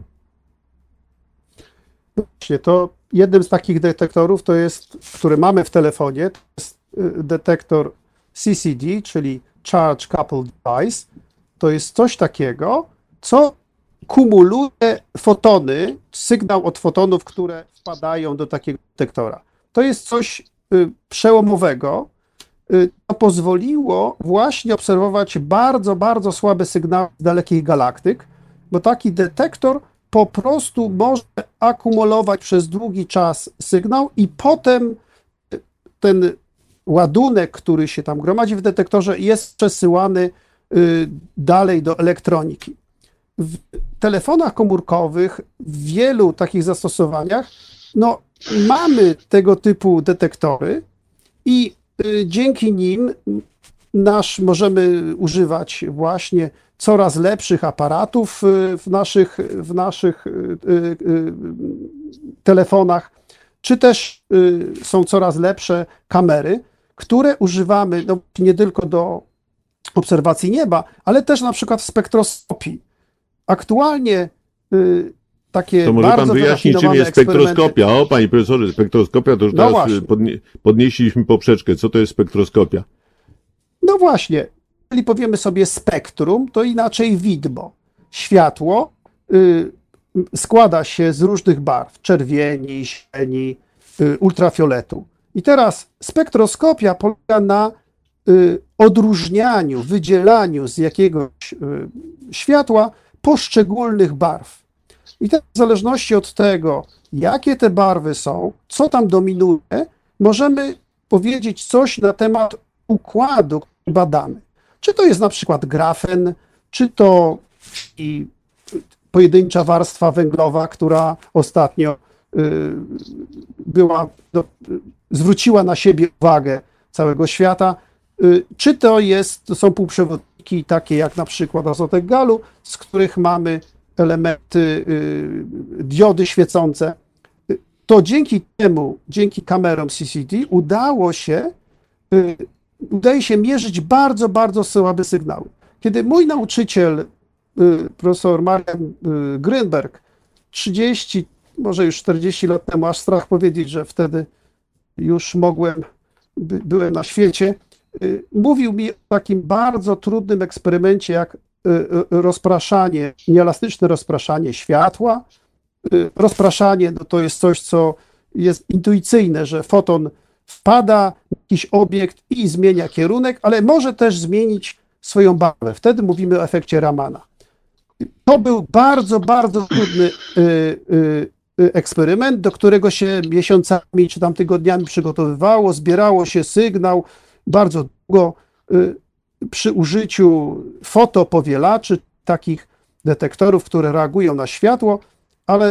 Właśnie, to jednym z takich detektorów to jest, który mamy w telefonie, to jest detektor CCD, czyli Charge Coupled Device. To jest coś takiego, co kumuluje fotony, sygnał od fotonów, które wpadają do takiego detektora. To jest coś przełomowego, co pozwoliło właśnie obserwować bardzo, bardzo słabe sygnały z dalekich galaktyk, bo taki detektor po prostu może akumulować przez długi czas sygnał i potem ten ładunek, który się tam gromadzi w detektorze, jest przesyłany dalej do elektroniki. W telefonach komórkowych, w wielu takich zastosowaniach, no, mamy tego typu detektory i dzięki nim możemy używać właśnie coraz lepszych aparatów w naszych telefonach, czy też są coraz lepsze kamery, które używamy no, nie tylko do obserwacji nieba, ale też na przykład w spektroskopii. Aktualnie takie to może pan wyjaśnić, czym jest spektroskopia? O, panie profesorze, spektroskopia to już no teraz podnieśliśmy poprzeczkę. Co to jest spektroskopia? No właśnie, jeżeli powiemy sobie spektrum, to inaczej widmo. Światło składa się z różnych barw, czerwieni, zieleni, ultrafioletu. I teraz spektroskopia polega na odróżnianiu, wydzielaniu z jakiegoś światła poszczególnych barw. I teraz w zależności od tego, jakie te barwy są, co tam dominuje, możemy powiedzieć coś na temat układu, który badamy. Czy to jest na przykład grafen, czy to i pojedyncza warstwa węglowa, która ostatnio zwróciła na siebie uwagę całego świata, czy to są półprzewodniki takie jak na przykład azotek galu, z których mamy elementy, diody świecące. To dzięki temu, dzięki kamerom CCD udaje się mierzyć bardzo, bardzo słabe sygnały. Kiedy mój nauczyciel, profesor Marian Grünberg, 30, może już 40 lat temu, aż strach powiedzieć, że wtedy już byłem na świecie, mówił mi o takim bardzo trudnym eksperymencie, jak nieelastyczne rozpraszanie światła. Rozpraszanie to jest coś, co jest intuicyjne, że foton wpada w jakiś obiekt i zmienia kierunek, ale może też zmienić swoją barwę. Wtedy mówimy o efekcie Ramana. To był bardzo, bardzo trudny eksperyment, do którego się miesiącami czy tam tygodniami przygotowywało, zbierało się sygnał bardzo długo przy użyciu fotopowielaczy, takich detektorów, które reagują na światło, ale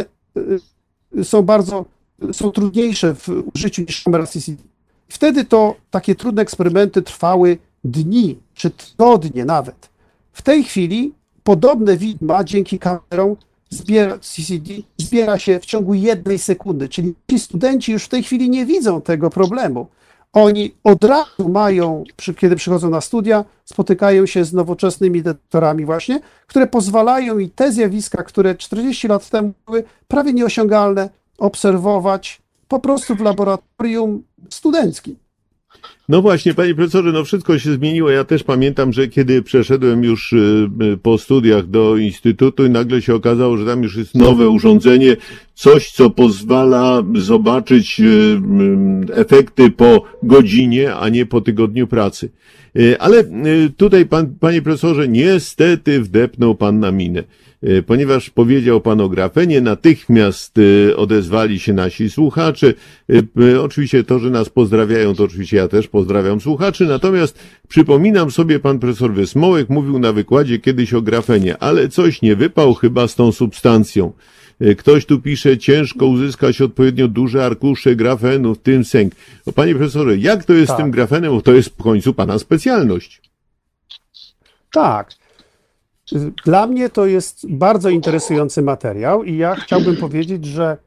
są trudniejsze w użyciu niż kamera CCD. Wtedy takie trudne eksperymenty trwały dni czy tygodnie nawet. W tej chwili podobne widma dzięki kamerom CCD zbiera się w ciągu 1 sekundy, czyli ci studenci już w tej chwili nie widzą tego problemu. Oni od razu kiedy przychodzą na studia, spotykają się z nowoczesnymi detektorami właśnie, które pozwalają i te zjawiska, które 40 lat temu były prawie nieosiągalne, obserwować po prostu w laboratorium studenckim. No właśnie, panie profesorze, no wszystko się zmieniło. Ja też pamiętam, że kiedy przeszedłem już po studiach do instytutu i nagle się okazało, że tam już jest nowe urządzenie, coś, co pozwala zobaczyć efekty po godzinie, a nie po tygodniu pracy. Ale tutaj panie profesorze, niestety wdepnął pan na minę. Ponieważ powiedział pan o grafenie, natychmiast odezwali się nasi słuchacze. Oczywiście to, że nas pozdrawiają, to oczywiście ja też pozdrawiam słuchaczy, natomiast przypominam sobie, pan profesor Wysmołek mówił na wykładzie kiedyś o grafenie, ale coś nie wypał chyba z tą substancją. Ktoś tu pisze, ciężko uzyskać odpowiednio duże arkusze grafenu, w tym sęk. No, panie profesorze, jak to jest z tym grafenem, bo to jest w końcu pana specjalność. Tak. Dla mnie to jest bardzo interesujący materiał i ja chciałbym powiedzieć, że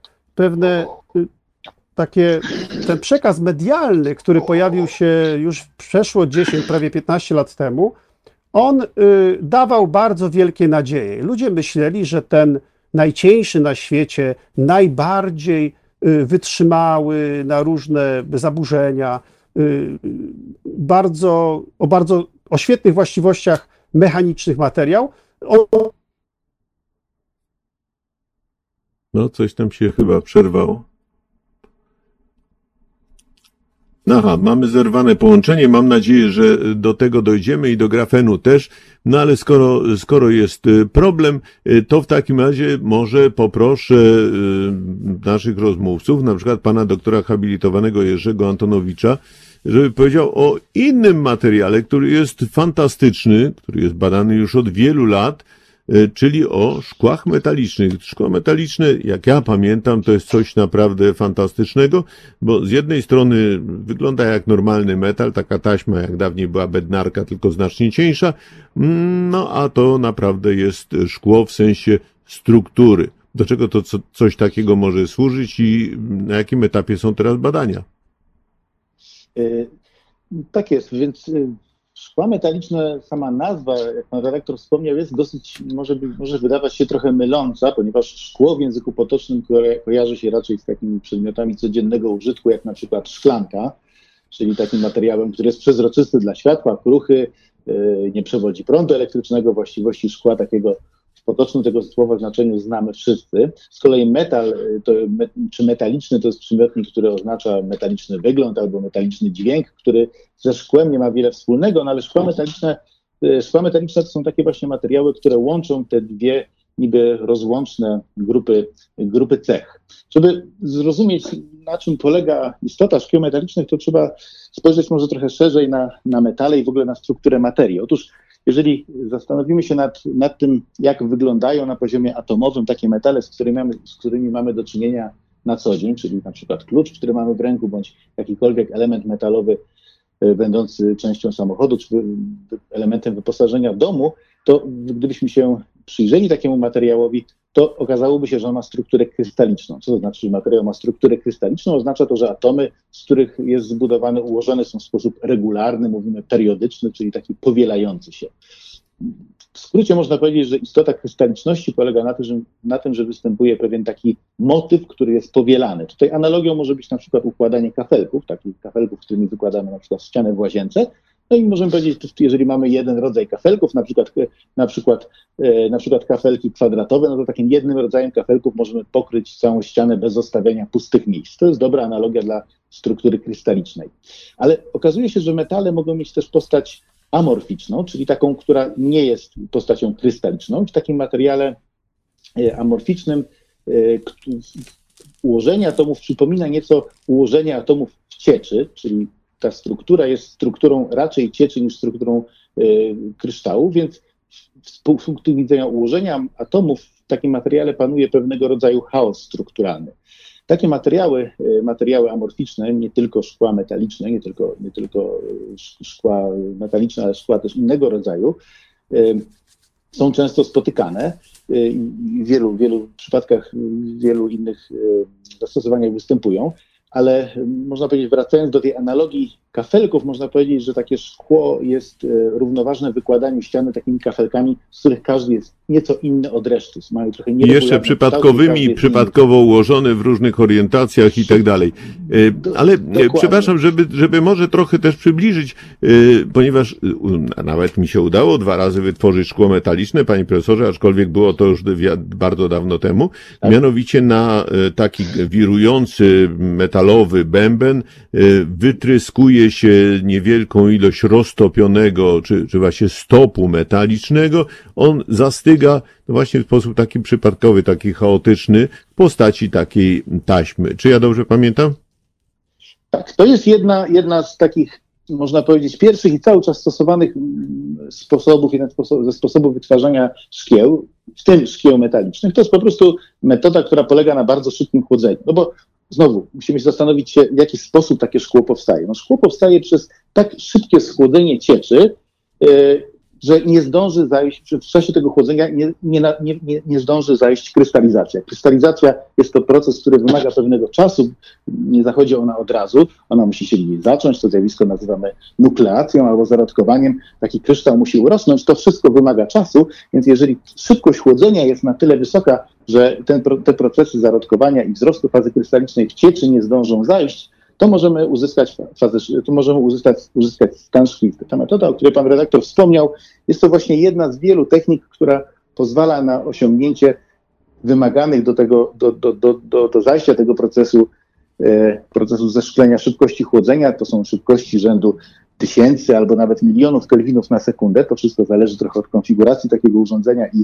ten przekaz medialny, który pojawił się już przeszło 10, prawie 15 lat temu, on dawał bardzo wielkie nadzieje. Ludzie myśleli, że ten najcieńszy na świecie, najbardziej wytrzymały na różne zaburzenia, o świetnych właściwościach mechanicznych materiał. No, coś tam się chyba przerwało. Aha, mamy zerwane połączenie. Mam nadzieję, że do tego dojdziemy i do grafenu też. No ale skoro jest problem, to w takim razie może poproszę naszych rozmówców, na przykład pana doktora habilitowanego Jerzego Antonowicza, żeby powiedział o innym materiale, który jest fantastyczny, który jest badany już od wielu lat, czyli o szkłach metalicznych. Szkło metaliczne, jak ja pamiętam, to jest coś naprawdę fantastycznego, bo z jednej strony wygląda jak normalny metal, taka taśma, jak dawniej była bednarka, tylko znacznie cieńsza, no a to naprawdę jest szkło w sensie struktury. Do czego to coś takiego może służyć i na jakim etapie są teraz badania? Tak jest, więc szkła metaliczne, sama nazwa, jak pan redaktor wspomniał, jest dosyć, może wydawać się trochę myląca, ponieważ szkło w języku potocznym kojarzy się raczej z takimi przedmiotami codziennego użytku, jak na przykład szklanka, czyli takim materiałem, który jest przezroczysty dla światła, kruchy, nie przewodzi prądu elektrycznego, właściwości szkła takiego w potocznym tego słowa znaczeniu znamy wszyscy. Z kolei metal, czy metaliczny to jest przymiotnik, który oznacza metaliczny wygląd albo metaliczny dźwięk, który ze szkłem nie ma wiele wspólnego, no ale szkła metaliczne to są takie właśnie materiały, które łączą te dwie niby rozłączne grupy cech. Żeby zrozumieć, na czym polega istota szkieł metalicznych, to trzeba spojrzeć może trochę szerzej na metale i w ogóle na strukturę materii. Otóż jeżeli zastanowimy się nad tym, jak wyglądają na poziomie atomowym takie metale, z którymi mamy do czynienia na co dzień, czyli na przykład klucz, który mamy w ręku, bądź jakikolwiek element metalowy będący częścią samochodu, czy elementem wyposażenia domu, to gdybyśmy się przyjrzeli takiemu materiałowi, to okazałoby się, że on ma strukturę krystaliczną. Co to znaczy, że materiał ma strukturę krystaliczną? Oznacza to, że atomy, z których jest zbudowany, ułożone są w sposób regularny, mówimy periodyczny, czyli taki powielający się. W skrócie można powiedzieć, że istota krystaliczności polega na tym, że występuje pewien taki motyw, który jest powielany. Tutaj analogią może być na przykład układanie kafelków, takich kafelków, którymi wykładamy na przykład ścianę w łazience. No i możemy powiedzieć, że jeżeli mamy jeden rodzaj kafelków, na przykład kafelki kwadratowe, no to takim jednym rodzajem kafelków możemy pokryć całą ścianę bez zostawiania pustych miejsc. To jest dobra analogia dla struktury krystalicznej. Ale okazuje się, że metale mogą mieć też postać amorficzną, czyli taką, która nie jest postacią krystaliczną. W takim materiale amorficznym ułożenie atomów przypomina nieco ułożenie atomów w cieczy, czyli ta struktura jest strukturą raczej cieczy niż strukturą kryształu, więc z punktu widzenia ułożenia atomów w takim materiale panuje pewnego rodzaju chaos strukturalny. Takie materiały amorficzne, nie tylko szkła metaliczne, nie tylko szkła metaliczne, ale szkła też innego rodzaju, są często spotykane i w wielu przypadkach, w wielu innych zastosowaniach występują. Ale można powiedzieć, wracając do tej analogii kafelków, można powiedzieć, że takie szkło jest równoważne wykładaniu ściany takimi kafelkami, z których każdy jest nieco inny od reszty. Mają trochę I jeszcze przypadkowymi, przypadkowo ułożone w różnych orientacjach i tak dalej. Ale przepraszam, żeby może trochę też przybliżyć, ponieważ nawet mi się udało 2 razy wytworzyć szkło metaliczne, panie profesorze, aczkolwiek było to już bardzo dawno temu. Tak. Mianowicie na taki wirujący metalowy bęben wytryskuje się niewielką ilość roztopionego, czy właśnie stopu metalicznego. On zastyga no właśnie w sposób taki przypadkowy, taki chaotyczny, w postaci takiej taśmy. Czy ja dobrze pamiętam? Tak, to jest jedna z takich, można powiedzieć, pierwszych i cały czas stosowanych sposobów, jeden ze sposobów wytwarzania szkieł, w tym szkieł metalicznych. To jest po prostu metoda, która polega na bardzo szybkim chłodzeniu. No bo znowu, musimy się zastanowić się, w jaki sposób takie szkło powstaje. No, szkło powstaje przez tak szybkie schłodzenie cieczy, że nie zdąży zajść, w czasie tego chłodzenia nie zdąży zajść krystalizacja. Krystalizacja jest to proces, który wymaga pewnego czasu, nie zachodzi ona od razu, ona musi się gdzieś zacząć, to zjawisko nazywamy nukleacją albo zarodkowaniem, taki kryształ musi urosnąć, to wszystko wymaga czasu, więc jeżeli szybkość chłodzenia jest na tyle wysoka, że te procesy zarodkowania i wzrostu fazy krystalicznej w cieczy nie zdążą zajść, to możemy uzyskać stan szklisty. Ta metoda, o której pan redaktor wspomniał, jest to właśnie jedna z wielu technik, która pozwala na osiągnięcie wymaganych do zajścia tego procesu zeszklenia szybkości chłodzenia. To są szybkości rzędu tysięcy albo nawet milionów kelwinów na sekundę. To wszystko zależy trochę od konfiguracji takiego urządzenia i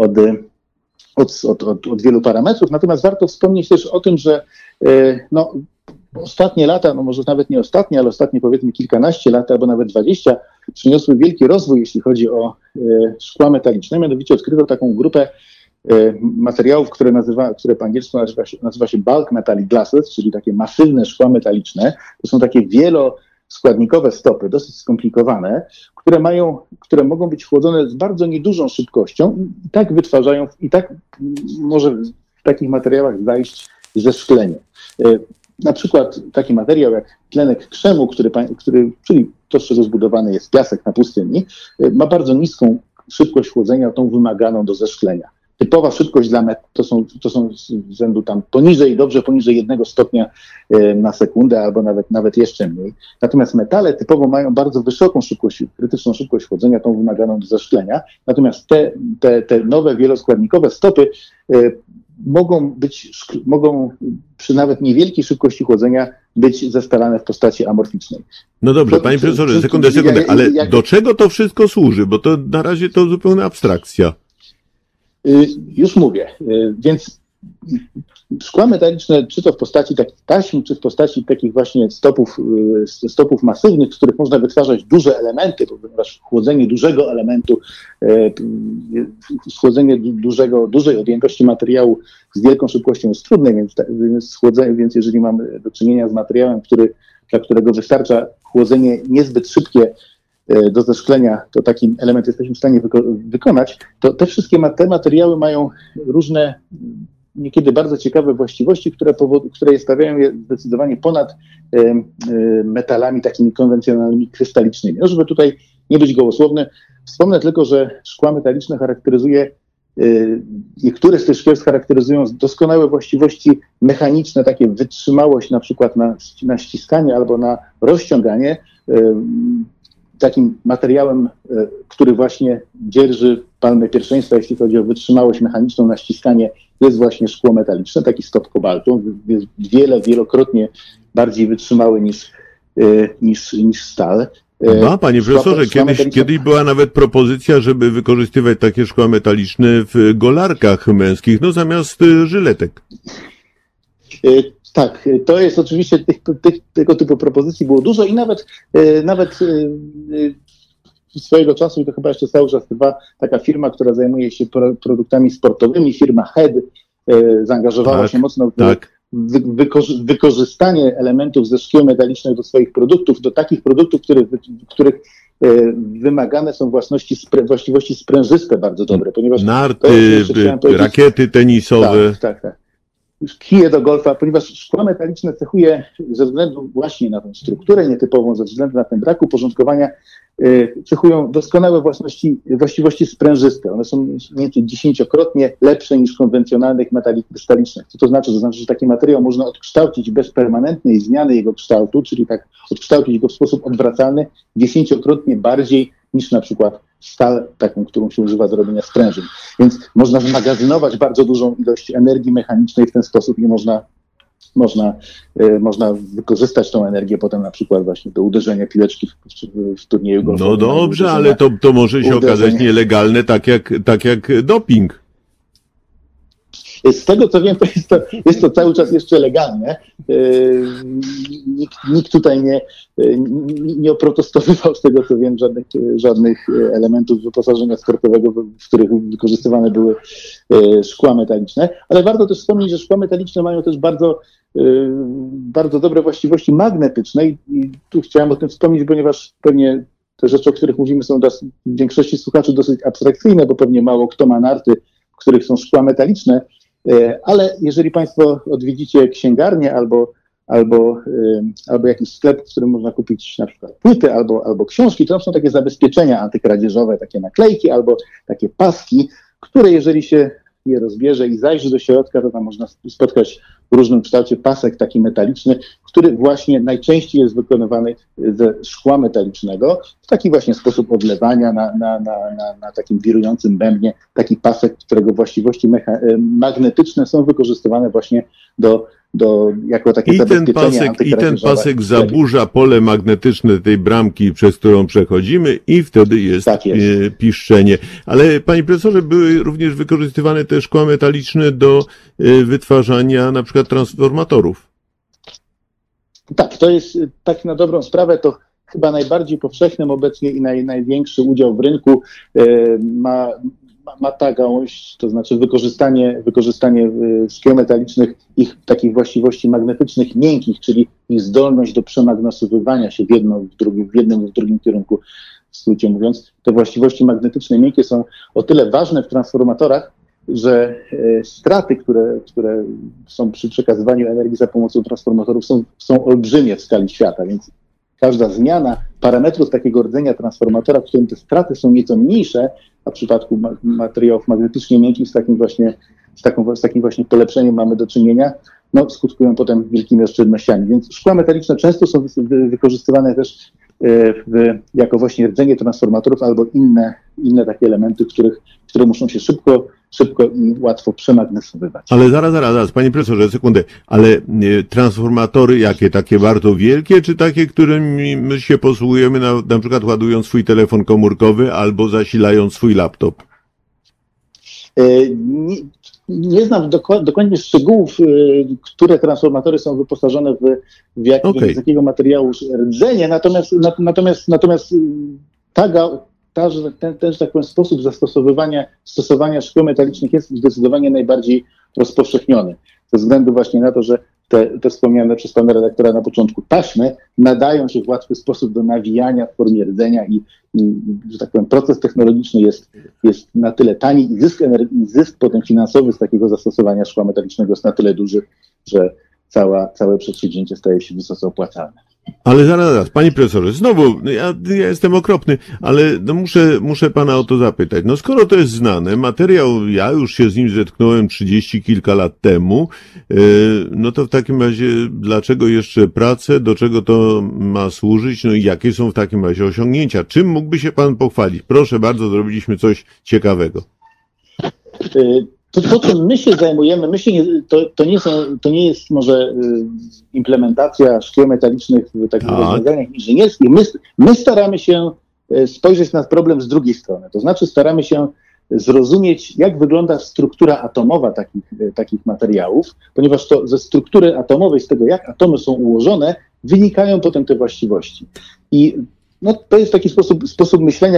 od wielu parametrów. Natomiast warto wspomnieć też o tym, że ostatnie lata, no może nawet nie ostatnie, ale ostatnie powiedzmy kilkanaście lat albo nawet 20 przyniosły wielki rozwój, jeśli chodzi o szkła metaliczne. Mianowicie odkryto taką grupę materiałów, które po angielsku nazywa się bulk metallic glasses, czyli takie masywne szkła metaliczne. To są takie wieloskładnikowe stopy, dosyć skomplikowane, które mogą być chłodzone z bardzo niedużą szybkością i tak wytwarzają, i tak może w takich materiałach zajść zeszklenie. Na przykład taki materiał jak tlenek krzemu, czyli to, z czego zbudowany jest piasek na pustyni, ma bardzo niską szybkość chłodzenia, tą wymaganą do zeszklenia. typowa szybkość to są z rzędu tam poniżej 1 stopnia na sekundę, albo nawet jeszcze mniej. Natomiast metale typowo mają bardzo wysoką szybkość, krytyczną szybkość chłodzenia, tą wymaganą do zaszklenia. Natomiast te nowe wieloskładnikowe stopy mogą przy nawet niewielkiej szybkości chłodzenia być zestalane w postaci amorficznej. No dobrze, panie profesorze, sekundę, ale do czego to wszystko służy? Bo to na razie to zupełna abstrakcja. Już mówię, więc szkła metaliczne, czy to w postaci takich taśm, czy w postaci takich właśnie stopów masywnych, z których można wytwarzać duże elementy, ponieważ chłodzenie dużego elementu, schłodzenie dużej objętości materiału z wielką szybkością jest trudne, więc jeżeli mamy do czynienia z materiałem, dla którego wystarcza chłodzenie niezbyt szybkie do zeszklenia, to taki element jesteśmy w stanie wykonać, to te wszystkie materiały mają różne, niekiedy bardzo ciekawe właściwości, które je stawiają je zdecydowanie ponad metalami takimi konwencjonalnymi, krystalicznymi. No, żeby tutaj nie być gołosłowny, wspomnę tylko, że szkła metaliczne niektóre z tych szkieł charakteryzują doskonałe właściwości mechaniczne, takie wytrzymałość na przykład na ściskanie albo na rozciąganie. Takim materiałem, który właśnie dzierży palmę pierwszeństwa, jeśli chodzi o wytrzymałość mechaniczną na ściskanie, jest właśnie szkło metaliczne, taki stop kobaltu. Jest wielokrotnie bardziej wytrzymały niż stal. Panie profesorze, kiedyś była nawet propozycja, żeby wykorzystywać takie szkła metaliczne w golarkach męskich, zamiast żyletek. Tak, to jest oczywiście tego typu propozycji było dużo i nawet swojego czasu, i to chyba jeszcze cały czas trwa, taka firma, która zajmuje się produktami sportowymi, firma HED, zaangażowała się mocno w wykorzystanie elementów ze szkieł metalicznych do swoich produktów, do takich produktów, których wymagane są właściwości sprężyste bardzo dobre, ponieważ narty, rakiety tenisowe. Tak. Kije do golfa, ponieważ szkła metaliczne cechuje ze względu właśnie na tę strukturę nietypową, ze względu na ten brak uporządkowania, cechują doskonałe właściwości sprężyste. One są mniej więcej 10-krotnie lepsze niż konwencjonalnych metali krystalicznych. Co to znaczy? To znaczy, że taki materiał można odkształcić bez permanentnej zmiany jego kształtu, czyli tak odkształcić go w sposób odwracalny 10-krotnie bardziej niż na przykład stal, taką, którą się używa do robienia sprężyn. Więc można zmagazynować bardzo dużą ilość energii mechanicznej w ten sposób i można wykorzystać tą energię potem na przykład właśnie do uderzenia piłeczki w turnieju golfowym. No dobrze, ale to może się okazać nielegalne, tak jak doping. Z tego co wiem, to jest to cały czas jeszcze legalne. Nikt tutaj nie oprotestowywał, z tego co wiem, żadnych elementów wyposażenia sportowego, w których wykorzystywane były szkła metaliczne. Ale warto też wspomnieć, że szkła metaliczne mają też bardzo dobre właściwości magnetyczne i tu chciałem o tym wspomnieć, ponieważ pewnie te rzeczy, o których mówimy, są dla większości słuchaczy dosyć abstrakcyjne, bo pewnie mało kto ma narty, w których są szkła metaliczne. Ale jeżeli Państwo odwiedzicie księgarnię albo jakiś sklep, w którym można kupić na przykład płyty albo książki, to są takie zabezpieczenia antykradzieżowe, takie naklejki albo takie paski, które jeżeli się je rozbierze i zajrzy do środka, to tam można spotkać w różnym kształcie pasek taki metaliczny, który właśnie najczęściej jest wykonywany ze szkła metalicznego w taki właśnie sposób odlewania na takim wirującym bębnie, taki pasek, którego właściwości magnetyczne są wykorzystywane właśnie jako takie zabezpieczenie antykradzieżowe. I ten pasek zaburza pole magnetyczne tej bramki, przez którą przechodzimy i wtedy jest piszczenie. Ale panie profesorze, były również wykorzystywane te szkła metaliczne do wytwarzania na przykład transformatorów. Tak, to jest tak na dobrą sprawę, to chyba najbardziej powszechnym obecnie i największy udział w rynku ma ta gałąź, to znaczy wykorzystanie szkieł metalicznych, ich takich właściwości magnetycznych miękkich, czyli ich zdolność do przemagnetyzowywania się w jednym lub w drugim kierunku, w skrócie mówiąc. Te właściwości magnetyczne miękkie są o tyle ważne w transformatorach, że straty, które są przy przekazywaniu energii za pomocą transformatorów są olbrzymie w skali świata, więc każda zmiana parametrów takiego rdzenia transformatora, w którym te straty są nieco mniejsze, a w przypadku materiałów magnetycznie miękkich z takim właśnie polepszeniem mamy do czynienia, no skutkują potem wielkimi oszczędnościami. Więc szkła metaliczne często są wykorzystywane też jako właśnie rdzenie transformatorów albo inne takie elementy, które muszą się szybko i łatwo przemagnetyzowywać. Ale zaraz, panie profesorze, sekundę. Ale transformatory jakie? Takie bardzo wielkie, czy takie, którymi my się posługujemy na przykład ładując swój telefon komórkowy albo zasilając swój laptop? Nie znam dokładnie szczegółów, które transformatory są wyposażone z jakiego materiału rdzenie, natomiast ten, że tak powiem, sposób stosowania szkieł metalicznych jest zdecydowanie najbardziej rozpowszechniony. Ze względu właśnie na to, że te wspomniane przez pana redaktora na początku taśmy nadają się w łatwy sposób do nawijania w formie rdzenia i że tak powiem, proces technologiczny jest na tyle tani i zysk potem finansowy z takiego zastosowania szkła metalicznego jest na tyle duży, że całe przedsięwzięcie staje się wysoce opłacalne. Ale zaraz, panie profesorze, znowu, ja jestem okropny, ale no muszę pana o to zapytać. No skoro to jest znane, materiał, ja już się z nim zetknąłem 30 kilka lat temu, no to w takim razie dlaczego jeszcze prace, do czego to ma służyć, no i jakie są w takim razie osiągnięcia? Czym mógłby się pan pochwalić? Proszę bardzo, zrobiliśmy coś ciekawego. To czym my się zajmujemy, to nie jest może implementacja szkieł metalicznych w takich rozwiązaniach inżynierskich. My staramy się spojrzeć na problem z drugiej strony. To znaczy staramy się zrozumieć, jak wygląda struktura atomowa takich materiałów, ponieważ to ze struktury atomowej, z tego jak atomy są ułożone, wynikają potem te właściwości. I no, to jest taki sposób myślenia,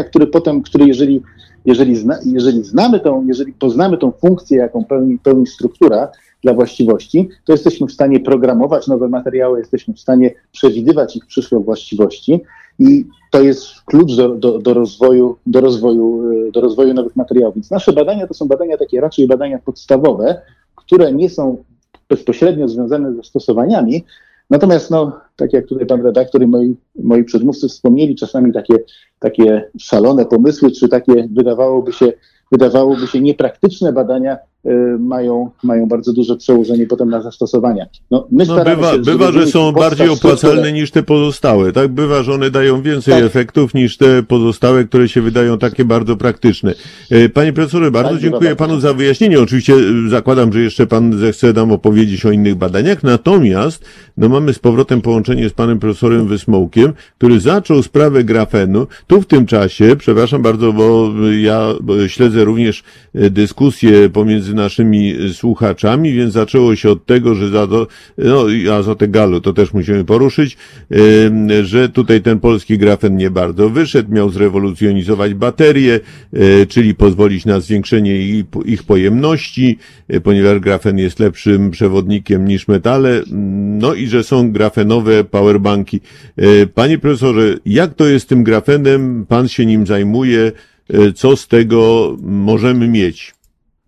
jeżeli poznamy tą funkcję, jaką pełni struktura dla właściwości, to jesteśmy w stanie programować nowe materiały, jesteśmy w stanie przewidywać ich przyszłe właściwości i to jest klucz do rozwoju nowych materiałów. Więc nasze badania to są badania takie raczej badania podstawowe, które nie są bezpośrednio związane ze stosowaniami. Natomiast, no, tak jak tutaj pan redaktor i moi przedmówcy wspomnieli, czasami takie szalone pomysły, czy takie wydawałoby się niepraktyczne badania mają bardzo duże przełożenie potem na zastosowania. Bywa, że są bardziej opłacalne niż te pozostałe, tak? Bywa, że one dają więcej efektów niż te pozostałe, które się wydają takie bardzo praktyczne. Panie profesorze, bardzo dziękuję panu za wyjaśnienie. Oczywiście zakładam, że jeszcze pan zechce nam opowiedzieć o innych badaniach, natomiast mamy z powrotem połączenie z panem profesorem Wysmołkiem, który zaczął sprawę grafenu. Tu w tym czasie, przepraszam bardzo, bo ja śledzę również dyskusję pomiędzy naszymi słuchaczami, więc zaczęło się od tego, że azotę galu to też musimy poruszyć, że tutaj ten polski grafen nie bardzo wyszedł, miał zrewolucjonizować baterie, czyli pozwolić na zwiększenie ich pojemności, ponieważ grafen jest lepszym przewodnikiem niż metale, no i że są grafenowe powerbanki. Panie profesorze, jak to jest z tym grafenem? Pan się nim zajmuje, co z tego możemy mieć?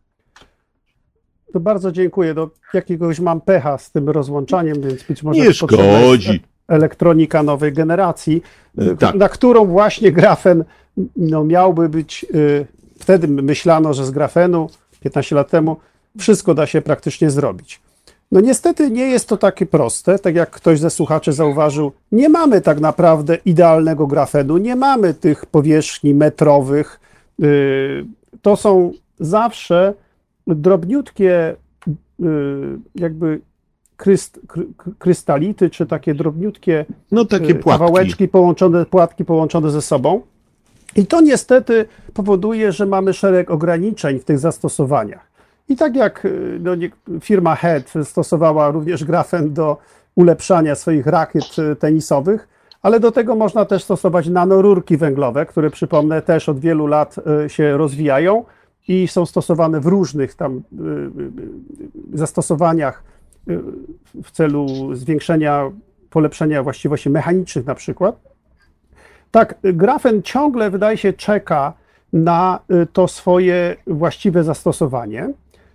To bardzo dziękuję. Do jakiegoś mam pecha z tym rozłączaniem, więc być może nie szkodzi. Elektronika nowej generacji, tak, na którą właśnie grafen miałby być. Wtedy myślano, że z grafenu 15 lat temu wszystko da się praktycznie zrobić. No niestety nie jest to takie proste, tak jak ktoś ze słuchaczy zauważył, nie mamy tak naprawdę idealnego grafenu, nie mamy tych powierzchni metrowych, to są zawsze drobniutkie jakby krystality, czy takie drobniutkie takie kawałeczki płatki połączone ze sobą. I to niestety powoduje, że mamy szereg ograniczeń w tych zastosowaniach. I tak jak firma Head stosowała również grafen do ulepszania swoich rakiet tenisowych, ale do tego można też stosować nanorurki węglowe, które przypomnę też od wielu lat się rozwijają i są stosowane w różnych tam zastosowaniach w celu zwiększenia, polepszenia właściwości mechanicznych na przykład. Tak, grafen ciągle wydaje się czeka na to swoje właściwe zastosowanie.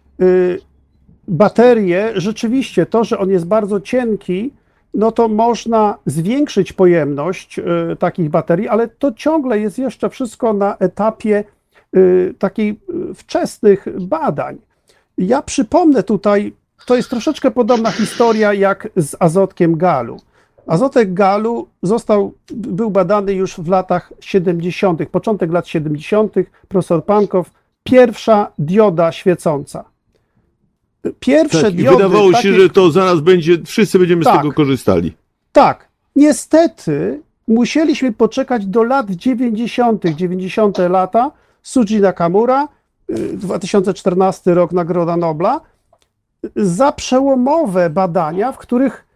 Baterie, rzeczywiście to, że on jest bardzo cienki, no to można zwiększyć pojemność takich baterii, ale to ciągle jest jeszcze wszystko na etapie takich wczesnych badań. Ja przypomnę tutaj, to jest troszeczkę podobna historia jak z azotkiem galu. Azotek galu był badany już w latach 70., początek lat 70., profesor Pankow, pierwsza dioda świecąca. Pierwsze tak, diody. Wydawało się, takie, że to zaraz wszyscy będziemy z tego korzystali. Tak. Niestety musieliśmy poczekać do lat 90. lata. Suji Nakamura, 2014 rok, Nagroda Nobla, za przełomowe badania, w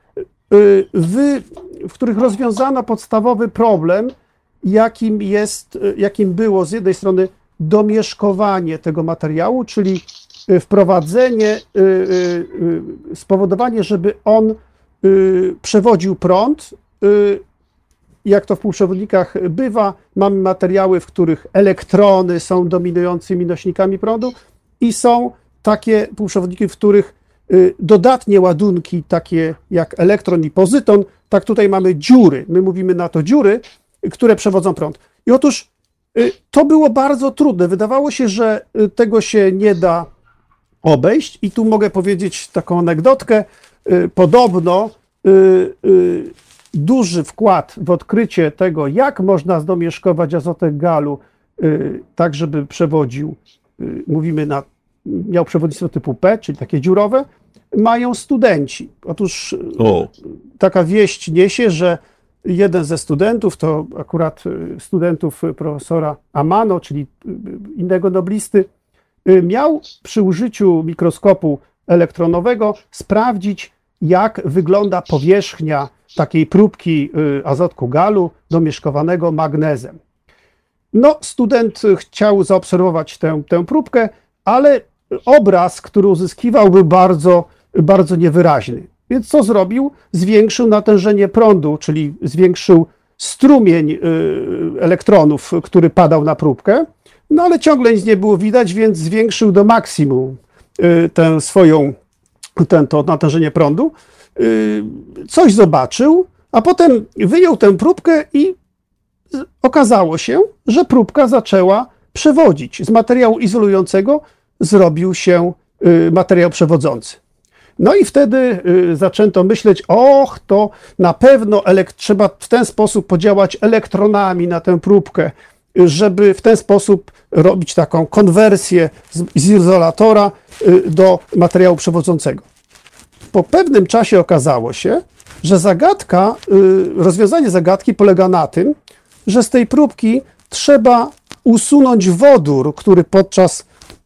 których rozwiązano podstawowy problem, jakim było z jednej strony domieszkowanie tego materiału, czyli wprowadzenie, spowodowanie, żeby on przewodził prąd. Jak to w półprzewodnikach bywa, mamy materiały, w których elektrony są dominującymi nośnikami prądu i są takie półprzewodniki, w których dodatnie ładunki, takie jak elektron i pozyton, tak tutaj mamy dziury, my mówimy na to dziury, które przewodzą prąd. I otóż to było bardzo trudne. Wydawało się, że tego się nie da obejść i tu mogę powiedzieć taką anegdotkę. Podobno duży wkład w odkrycie tego, jak można zdomieszkować azotek galu tak, żeby przewodził, miał przewodnictwo typu P, czyli takie dziurowe, mają studenci. Otóż taka wieść niesie, że jeden ze studentów, to akurat studentów profesora Amano, czyli innego noblisty, miał przy użyciu mikroskopu elektronowego sprawdzić, jak wygląda powierzchnia takiej próbki azotku galu domieszkowanego magnezem. No, student chciał zaobserwować tę próbkę, ale obraz, który uzyskiwał, był bardzo, bardzo niewyraźny. Więc co zrobił? Zwiększył natężenie prądu, czyli zwiększył strumień elektronów, który padał na próbkę, no ale ciągle nic nie było widać, więc zwiększył do maksimum to natężenie prądu. Coś zobaczył, a potem wyjął tę próbkę i okazało się, że próbka zaczęła przewodzić. Z materiału izolującego zrobił się materiał przewodzący. No i wtedy zaczęto myśleć, to na pewno trzeba w ten sposób podziałać elektronami na tę próbkę, żeby w ten sposób robić taką konwersję z izolatora do materiału przewodzącego. Po pewnym czasie okazało się, że rozwiązanie zagadki polega na tym, że z tej próbki trzeba usunąć wodór, który podczas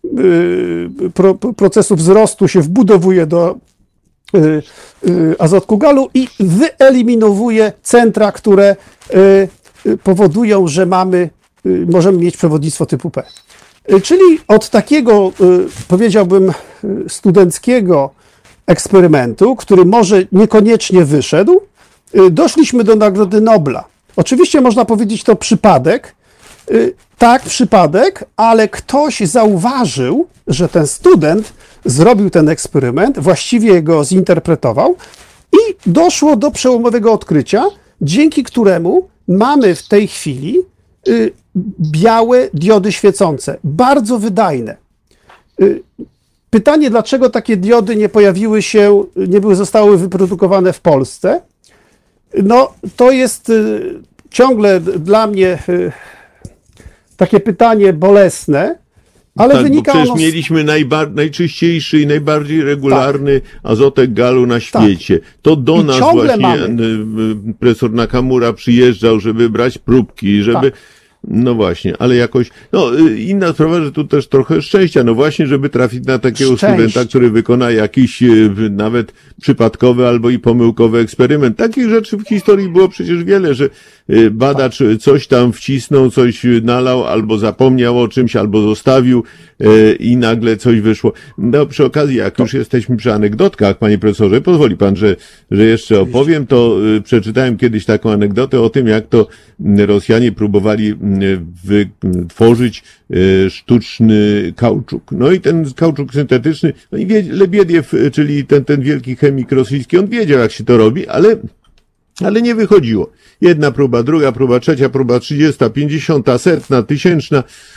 procesu wzrostu się wbudowuje do azotku galu i wyeliminowuje centra, które powodują, że możemy mieć przewodnictwo typu P. Czyli od takiego, powiedziałbym, studenckiego eksperymentu, który może niekoniecznie wyszedł, doszliśmy do Nagrody Nobla. Oczywiście można powiedzieć, to przypadek. Tak, przypadek, ale ktoś zauważył, że ten student zrobił ten eksperyment, właściwie go zinterpretował i doszło do przełomowego odkrycia, dzięki któremu mamy w tej chwili białe diody świecące, bardzo wydajne. Pytanie, dlaczego takie diody nie pojawiły się, zostały wyprodukowane w Polsce? No, to jest ciągle dla mnie takie pytanie bolesne, ale tak, wynika ono... Przecież mieliśmy najczystejszy i najbardziej regularny azotek galu na świecie. Tak. To do nas właśnie profesor Nakamura przyjeżdżał, żeby brać próbki, żeby... Tak. No właśnie, ale jakoś, inna sprawa, że tu też trochę szczęścia, no właśnie, żeby trafić na takiego studenta, który wykona jakiś nawet przypadkowy albo i pomyłkowy eksperyment. Takich rzeczy w historii było przecież wiele, że badacz coś tam wcisnął, coś nalał, albo zapomniał o czymś, albo zostawił i nagle coś wyszło. No przy okazji, jak już jesteśmy przy anegdotkach, panie profesorze, pozwoli pan, że jeszcze opowiem, to przeczytałem kiedyś taką anegdotę o tym, jak to Rosjanie próbowali wytworzyć sztuczny kauczuk. No i ten kauczuk syntetyczny, no i Lebiediew, czyli ten wielki chemik rosyjski, on wiedział, jak się to robi, ale nie wychodziło. Jedna próba, druga próba, trzecia próba, 30, 50, 100, 1000.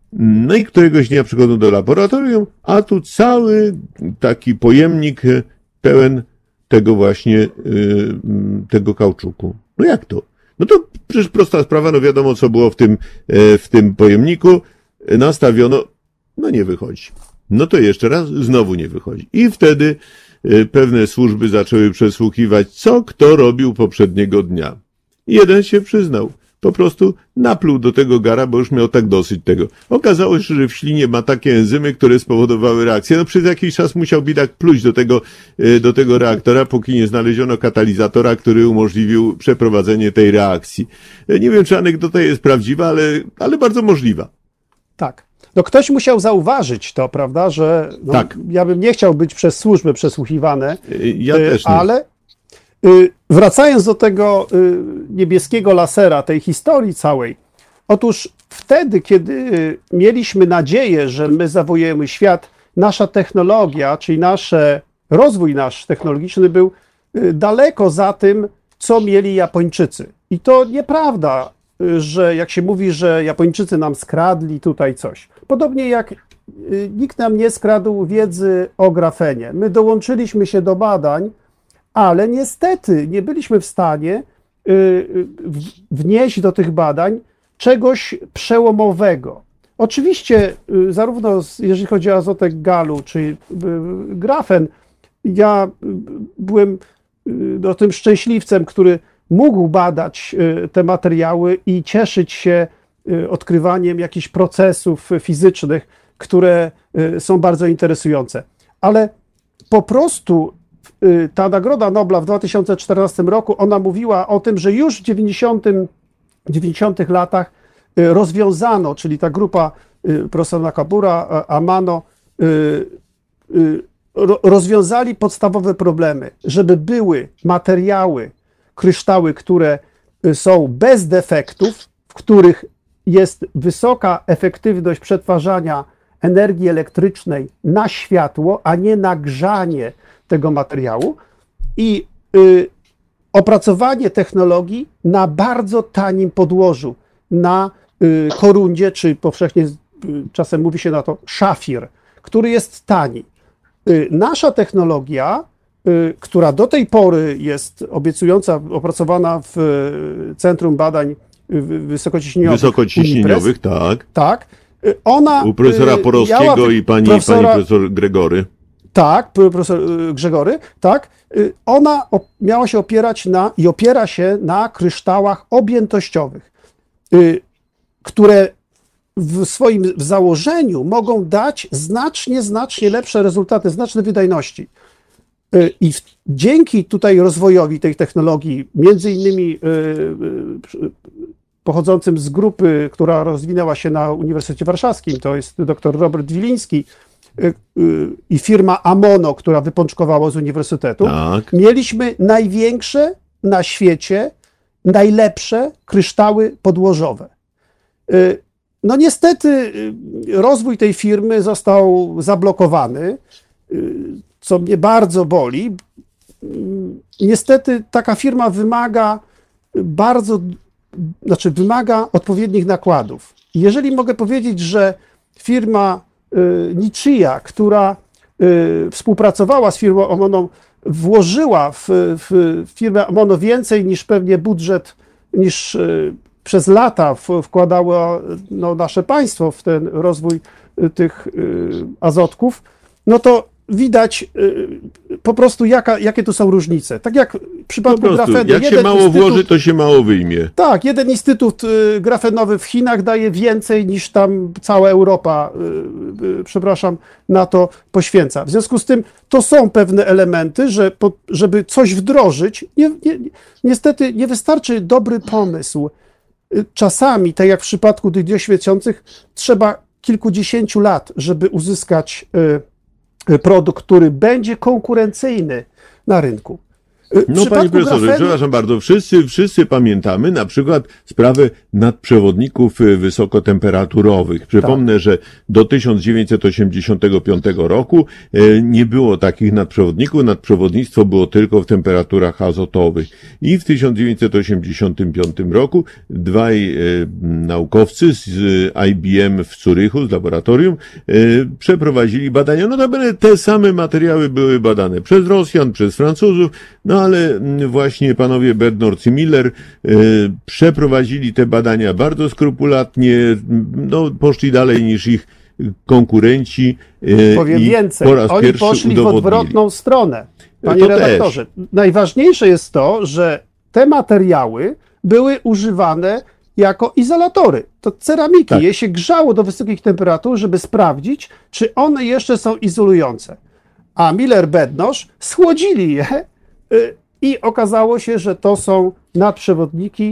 No i któregoś dnia przychodzą do laboratorium, a tu cały taki pojemnik pełen tego właśnie, tego kauczuku. No jak to? No to przecież prosta sprawa, no wiadomo co było w tym pojemniku, nastawiono, no nie wychodzi. No to jeszcze raz, znowu nie wychodzi. I wtedy pewne służby zaczęły przesłuchiwać, co kto robił poprzedniego dnia. I jeden się przyznał. Po prostu napluł do tego gara, bo już miał tak dosyć tego. Okazało się, że w ślinie ma takie enzymy, które spowodowały reakcję. No przez jakiś czas musiał bidak pluć do tego reaktora, póki nie znaleziono katalizatora, który umożliwił przeprowadzenie tej reakcji. Nie wiem, czy anegdota jest prawdziwa, ale bardzo możliwa. Tak. No ktoś musiał zauważyć to, prawda, że no, tak. Ja bym nie chciał być przez służby przesłuchiwany, ja też nie. Ale wracając do tego niebieskiego lasera, tej historii całej, otóż wtedy, kiedy mieliśmy nadzieję, że my zawojujemy świat, nasza technologia, czyli rozwój nasz technologiczny był daleko za tym, co mieli Japończycy. I to nieprawda, że jak się mówi, że Japończycy nam skradli tutaj coś. Podobnie jak nikt nam nie skradł wiedzy o grafenie. My dołączyliśmy się do badań, ale niestety nie byliśmy w stanie wnieść do tych badań czegoś przełomowego. Oczywiście zarówno jeżeli chodzi o azotek galu czy grafen, ja byłem tym szczęśliwcem, który mógł badać te materiały i cieszyć się odkrywaniem jakichś procesów fizycznych, które są bardzo interesujące. Ale po prostu ta Nagroda Nobla w 2014 roku, ona mówiła o tym, że już w 90 latach rozwiązano, czyli ta grupa profesora Nakamura, Amano, rozwiązali podstawowe problemy, żeby były materiały, kryształy, które są bez defektów, w których jest wysoka efektywność przetwarzania energii elektrycznej na światło, a nie na grzanie tego materiału i opracowanie technologii na bardzo tanim podłożu, na korundzie, czy powszechnie czasem mówi się na to szafir, który jest tani. Nasza technologia, która do tej pory jest obiecująca, opracowana w Centrum Badań Wysokociśnieniowych, tak. Tak. Ona u profesora Porowskiego i pani profesor Gregory. Tak, profesor Grzegory, tak. Ona miała się opierać i opiera się na kryształach objętościowych, które w swoim założeniu mogą dać znacznie lepsze rezultaty, znaczne wydajności. I dzięki tutaj rozwojowi tej technologii, między innymi pochodzącym z grupy, która rozwinęła się na Uniwersytecie Warszawskim, to jest dr Robert Wiliński i firma Amono, która wypączkowała z uniwersytetu, tak. Mieliśmy największe na świecie, najlepsze kryształy podłożowe. No niestety rozwój tej firmy został zablokowany, co mnie bardzo boli. Niestety taka firma wymaga odpowiednich nakładów. Jeżeli mogę powiedzieć, że firma Nichia, która współpracowała z firmą Amono, włożyła w firmę Amono więcej niż pewnie budżet, niż przez lata wkładało nasze państwo w ten rozwój tych azotków, no to widać po prostu, jakie tu są różnice. Tak jak w przypadku grafenu. Jak się mało włoży, to się mało wyjmie. Tak, jeden instytut grafenowy w Chinach daje więcej niż tam cała Europa, na to poświęca. W związku z tym to są pewne elementy, żeby coś wdrożyć, niestety nie wystarczy dobry pomysł. Czasami, tak jak w przypadku tych dioświecących, trzeba kilkudziesięciu lat, żeby uzyskać produkt, który będzie konkurencyjny na rynku. No panie profesorze, przepraszam bardzo, wszyscy pamiętamy na przykład sprawę nadprzewodników wysokotemperaturowych. Przypomnę, że do 1985 roku nie było takich nadprzewodników, nadprzewodnictwo było tylko w temperaturach azotowych. I w 1985 roku dwaj naukowcy z IBM w Zurychu, z laboratorium, przeprowadzili badania. Notabene te same materiały były badane przez Rosjan, przez Francuzów, no ale właśnie panowie Bednorz i Miller przeprowadzili te badania bardzo skrupulatnie, no poszli dalej niż ich konkurenci. Powiem więcej, oni poszli w odwrotną stronę. Panie redaktorze, najważniejsze jest to, że te materiały były używane jako izolatory. To ceramiki, tak. Je się grzało do wysokich temperatur, żeby sprawdzić, czy one jeszcze są izolujące. A Miller-Bednorz schłodzili je i okazało się, że to są nadprzewodniki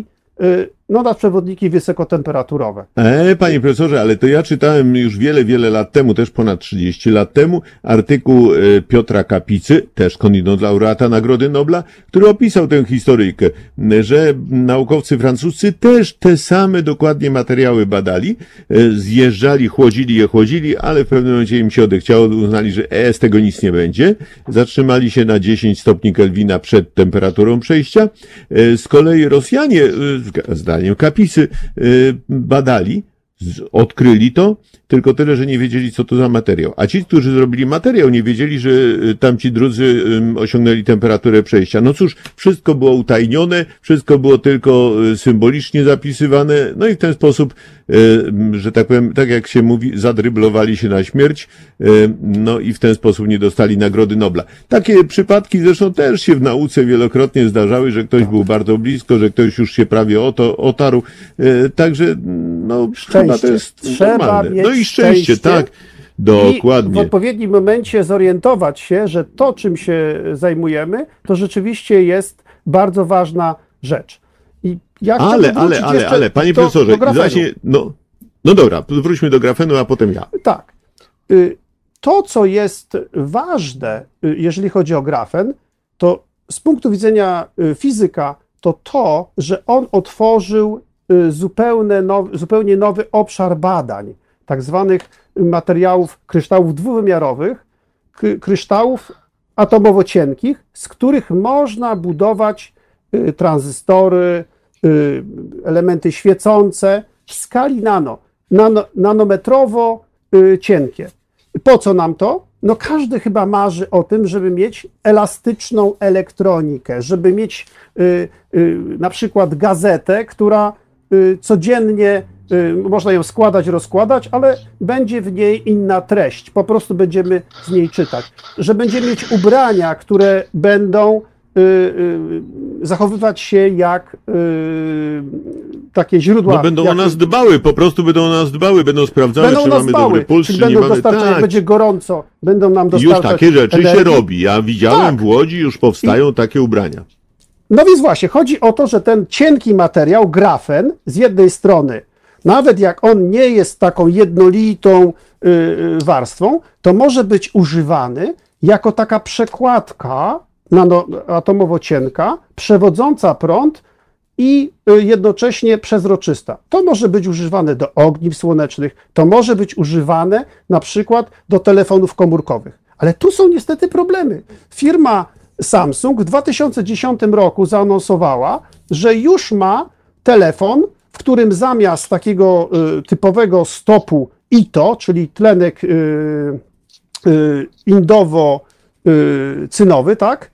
wysokotemperaturowe. Panie profesorze, ale to ja czytałem już wiele lat temu, też ponad 30 lat temu, artykuł Piotra Kapicy, też skądinąd laureata Nagrody Nobla, który opisał tę historyjkę, że naukowcy francuscy też te same dokładnie materiały badali, zjeżdżali, chłodzili, ale w pewnym momencie im się odechciało, uznali, że z tego nic nie będzie, zatrzymali się na 10 stopni Kelwina przed temperaturą przejścia. Z kolei Rosjanie, zdaniem Kapicy, badali, odkryli to, tylko tyle, że nie wiedzieli, co to za materiał. A ci, którzy zrobili materiał, nie wiedzieli, że tamci drudzy osiągnęli temperaturę przejścia. No cóż, wszystko było utajnione, wszystko było tylko symbolicznie zapisywane, no i w ten sposób, że tak powiem, tak jak się mówi, zadryblowali się na śmierć, no i w ten sposób nie dostali Nagrody Nobla. Takie przypadki zresztą też się w nauce wielokrotnie zdarzały, że ktoś był bardzo blisko, że ktoś już się prawie otarł, także no chyba to jest normalne. No i szczęście, tak, dokładnie. I w odpowiednim momencie zorientować się, że to, czym się zajmujemy, to rzeczywiście jest bardzo ważna rzecz. I ja ale, panie profesorze, właśnie, no dobra, wróćmy do grafenu, a potem ja. Tak. To, co jest ważne, jeżeli chodzi o grafen, to z punktu widzenia fizyka, to, że on otworzył zupełnie nowy obszar badań, tak zwanych materiałów, kryształów dwuwymiarowych, kryształów atomowo cienkich, z których można budować tranzystory, elementy świecące w skali nanometrowo cienkie. Po co nam to? No każdy chyba marzy o tym, żeby mieć elastyczną elektronikę, żeby mieć na przykład gazetę, która codziennie można ją składać, rozkładać, ale będzie w niej inna treść. Po prostu będziemy z niej czytać. Że będziemy mieć ubrania, które będą zachowywać się jak takie źródła. No będą o nas dbały, po prostu będą o nas dbały, będą sprawdzały, czy mamy dobry puls, czy nie mamy. Jak będzie gorąco, będą nam dostarczać już takie rzeczy energii. Się robi. Ja widziałem w Łodzi, już powstają takie ubrania. No więc właśnie, chodzi o to, że ten cienki materiał, grafen, z jednej strony, nawet jak on nie jest taką jednolitą warstwą, to może być używany jako taka przekładka atomowo cienka, przewodząca prąd i jednocześnie przezroczysta. To może być używane do ogniw słonecznych, to może być używane na przykład do telefonów komórkowych. Ale tu są niestety problemy. Firma Samsung w 2010 roku zaanonsowała, że już ma telefon, w którym zamiast takiego typowego stopu ITO, czyli tlenek indowo-cynowy, tak,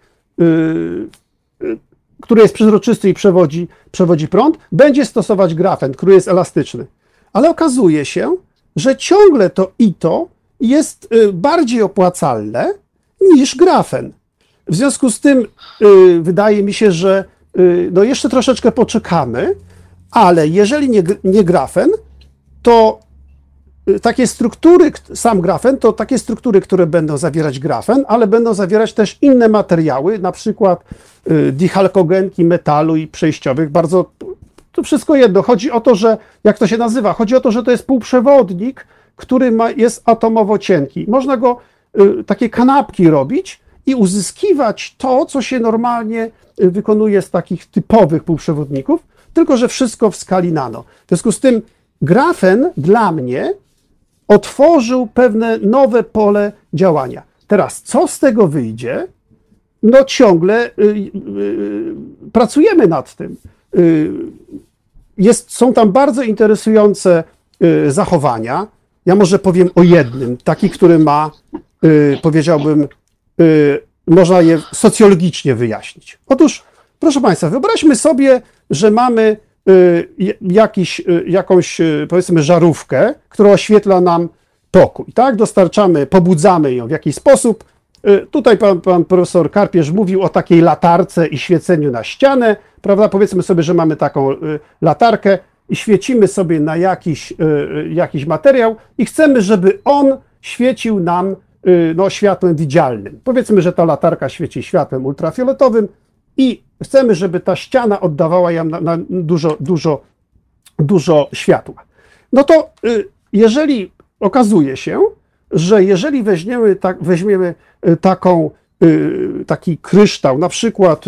który jest przezroczysty i przewodzi prąd, będzie stosować grafen, który jest elastyczny. Ale okazuje się, że ciągle to ITO jest bardziej opłacalne niż grafen. W związku z tym wydaje mi się, że no jeszcze troszeczkę poczekamy, ale jeżeli nie grafen, to takie struktury, sam grafen, to takie struktury, które będą zawierać grafen, ale będą zawierać też inne materiały, na przykład dichalkogenki metalu i przejściowych. Bardzo, to wszystko jedno. Chodzi o to, że, jak to się nazywa? Chodzi o to, że to jest półprzewodnik, który jest atomowo cienki. Można go, takie kanapki robić i uzyskiwać to, co się normalnie wykonuje z takich typowych półprzewodników, tylko że wszystko w skali nano. W związku z tym grafen dla mnie otworzył pewne nowe pole działania. Teraz, co z tego wyjdzie? No ciągle pracujemy nad tym. Są tam bardzo interesujące zachowania. Ja może powiem o jednym, taki, który ma, powiedziałbym, można je socjologicznie wyjaśnić. Otóż, proszę Państwa, wyobraźmy sobie, że mamy jakąś, powiedzmy, żarówkę, która oświetla nam pokój, tak? Pobudzamy ją w jakiś sposób. Tutaj pan profesor Karpierz mówił o takiej latarce i świeceniu na ścianę, prawda? Powiedzmy sobie, że mamy taką latarkę i świecimy sobie na jakiś materiał i chcemy, żeby on świecił nam światłem widzialnym. Powiedzmy, że ta latarka świeci światłem ultrafioletowym i chcemy, żeby ta ściana oddawała nam na dużo światła. No to jeżeli okazuje się, że jeżeli weźmiemy taki kryształ, na przykład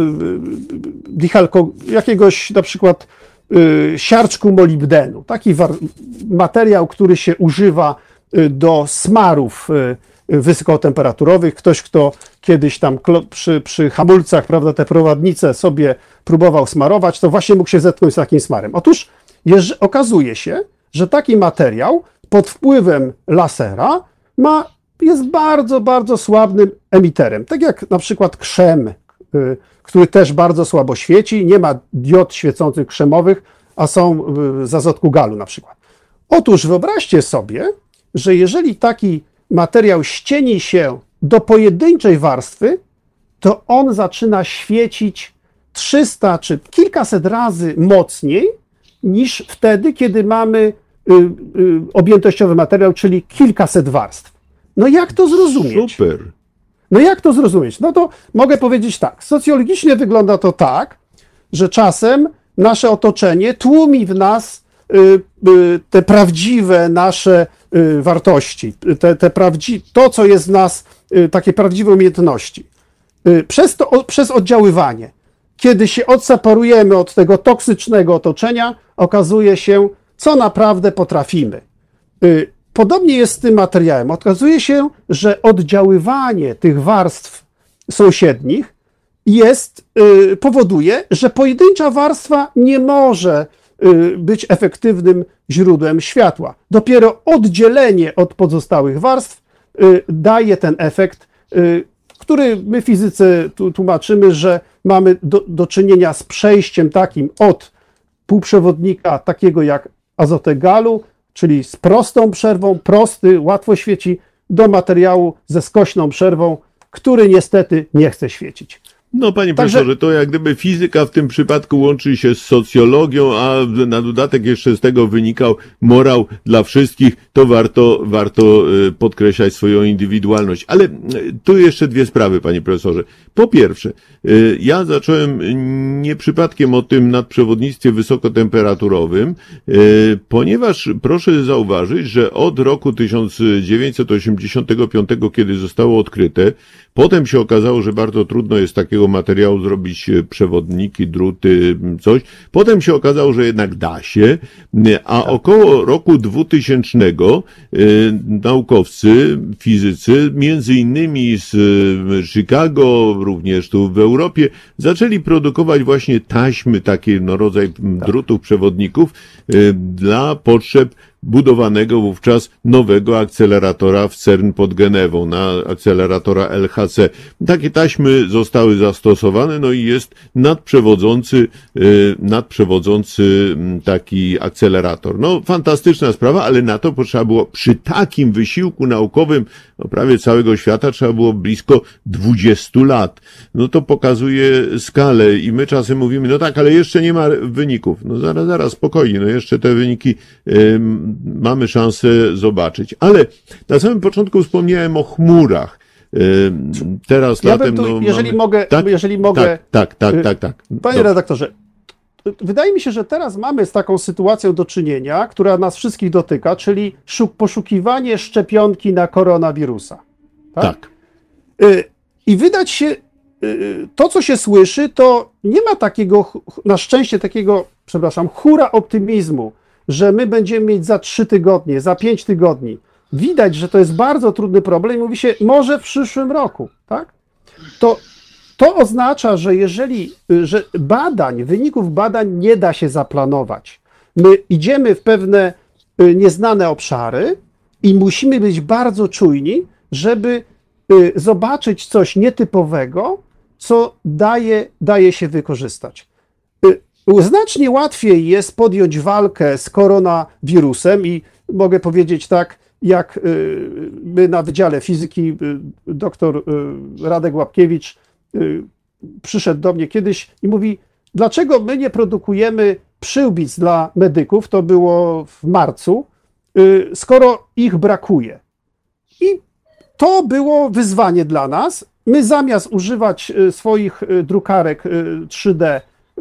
jakiegoś na przykład siarczku molibdenu, taki materiał, który się używa do smarów wysokotemperaturowych. Ktoś, kto kiedyś tam przy hamulcach, prawda, te prowadnice sobie próbował smarować, to właśnie mógł się zetknąć z takim smarem. Otóż okazuje się, że taki materiał pod wpływem lasera jest bardzo, bardzo słabym emiterem. Tak jak na przykład krzem, który też bardzo słabo świeci, nie ma diod świecących krzemowych, a są z azotku galu na przykład. Otóż wyobraźcie sobie, że jeżeli taki materiał ścieni się do pojedynczej warstwy, to on zaczyna świecić 300 czy kilkaset razy mocniej niż wtedy, kiedy mamy objętościowy materiał, czyli kilkaset warstw. No jak to zrozumieć? Super. No jak to zrozumieć? No to mogę powiedzieć tak. Socjologicznie wygląda to tak, że czasem nasze otoczenie tłumi w nas te prawdziwe nasze wartości, to, co jest w nas, takie prawdziwe umiejętności. Przez oddziaływanie. Kiedy się odseparujemy od tego toksycznego otoczenia, okazuje się, co naprawdę potrafimy. Podobnie jest z tym materiałem. Okazuje się, że oddziaływanie tych warstw sąsiednich powoduje, że pojedyncza warstwa nie może być efektywnym źródłem światła. Dopiero oddzielenie od pozostałych warstw daje ten efekt, który my fizycy tłumaczymy, że mamy do czynienia z przejściem takim od półprzewodnika takiego jak azotek galu, czyli z prostą przerwą, prosty, łatwo świeci, do materiału ze skośną przerwą, który niestety nie chce świecić. No, panie profesorze, to jak gdyby fizyka w tym przypadku łączy się z socjologią, a na dodatek jeszcze z tego wynikał morał dla wszystkich, to warto podkreślać swoją indywidualność. Ale tu jeszcze dwie sprawy, panie profesorze. Po pierwsze, ja zacząłem nie przypadkiem o tym nadprzewodnictwie wysokotemperaturowym, ponieważ proszę zauważyć, że od roku 1985, kiedy zostało odkryte, potem się okazało, że bardzo trudno jest takiego materiału zrobić przewodniki, druty, coś. Potem się okazało, że jednak da się, a około roku 2000 naukowcy, fizycy, między innymi z Chicago, również tu w Europie, zaczęli produkować właśnie taśmy, taki rodzaj drutów, przewodników dla potrzeb budowanego wówczas nowego akceleratora w CERN pod Genewą, na akceleratora LHC. Takie taśmy zostały zastosowane, no i jest nadprzewodzący taki akcelerator. No, fantastyczna sprawa, ale na to potrzeba było, przy takim wysiłku naukowym, prawie całego świata, trzeba było blisko 20 lat. No to pokazuje skalę i my czasem mówimy, no tak, ale jeszcze nie ma wyników. No zaraz, spokojnie, no jeszcze te wyniki mamy szansę zobaczyć. Ale na samym początku wspomniałem o chmurach. Teraz latem... Jeżeli mogę... Tak. Panie redaktorze, wydaje mi się, że teraz mamy z taką sytuacją do czynienia, która nas wszystkich dotyka, czyli poszukiwanie szczepionki na koronawirusa. Tak. I wydać się, to co się słyszy, to nie ma takiego, na szczęście takiego, hura optymizmu, że my będziemy mieć za 3 tygodnie, za 5 tygodni. Widać, że to jest bardzo trudny problem i mówi się, może w przyszłym roku, tak? To oznacza, że że wyników badań nie da się zaplanować. My idziemy w pewne nieznane obszary i musimy być bardzo czujni, żeby zobaczyć coś nietypowego, co daje się wykorzystać. Znacznie łatwiej jest podjąć walkę z koronawirusem i mogę powiedzieć tak, jak my na Wydziale Fizyki, doktor Radek Łapkiewicz przyszedł do mnie kiedyś i mówi, dlaczego my nie produkujemy przyłbic dla medyków, to było w marcu, skoro ich brakuje. I to było wyzwanie dla nas. My zamiast używać swoich drukarek 3D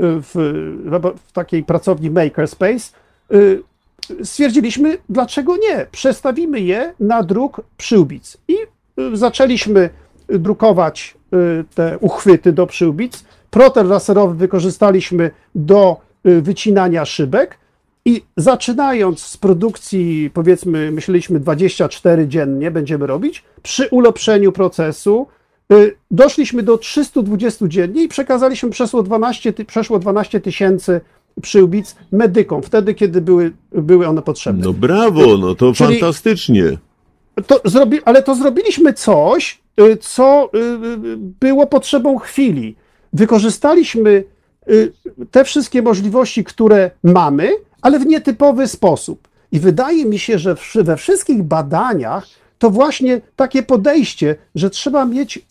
w takiej pracowni Makerspace, stwierdziliśmy, dlaczego nie? Przestawimy je na druk przyłbic. I zaczęliśmy drukować te uchwyty do przyłbic. Proter laserowy wykorzystaliśmy do wycinania szybek i zaczynając z produkcji, powiedzmy, myśleliśmy 24 dziennie będziemy robić, przy ulepszeniu procesu doszliśmy do 320 dziennie i przekazaliśmy przeszło 12 tysięcy przyłbic medykom, wtedy, kiedy były one potrzebne. No brawo, no to czyli fantastycznie. Ale to zrobiliśmy coś, co było potrzebą chwili. Wykorzystaliśmy te wszystkie możliwości, które mamy, ale w nietypowy sposób. I wydaje mi się, że we wszystkich badaniach to właśnie takie podejście, że trzeba mieć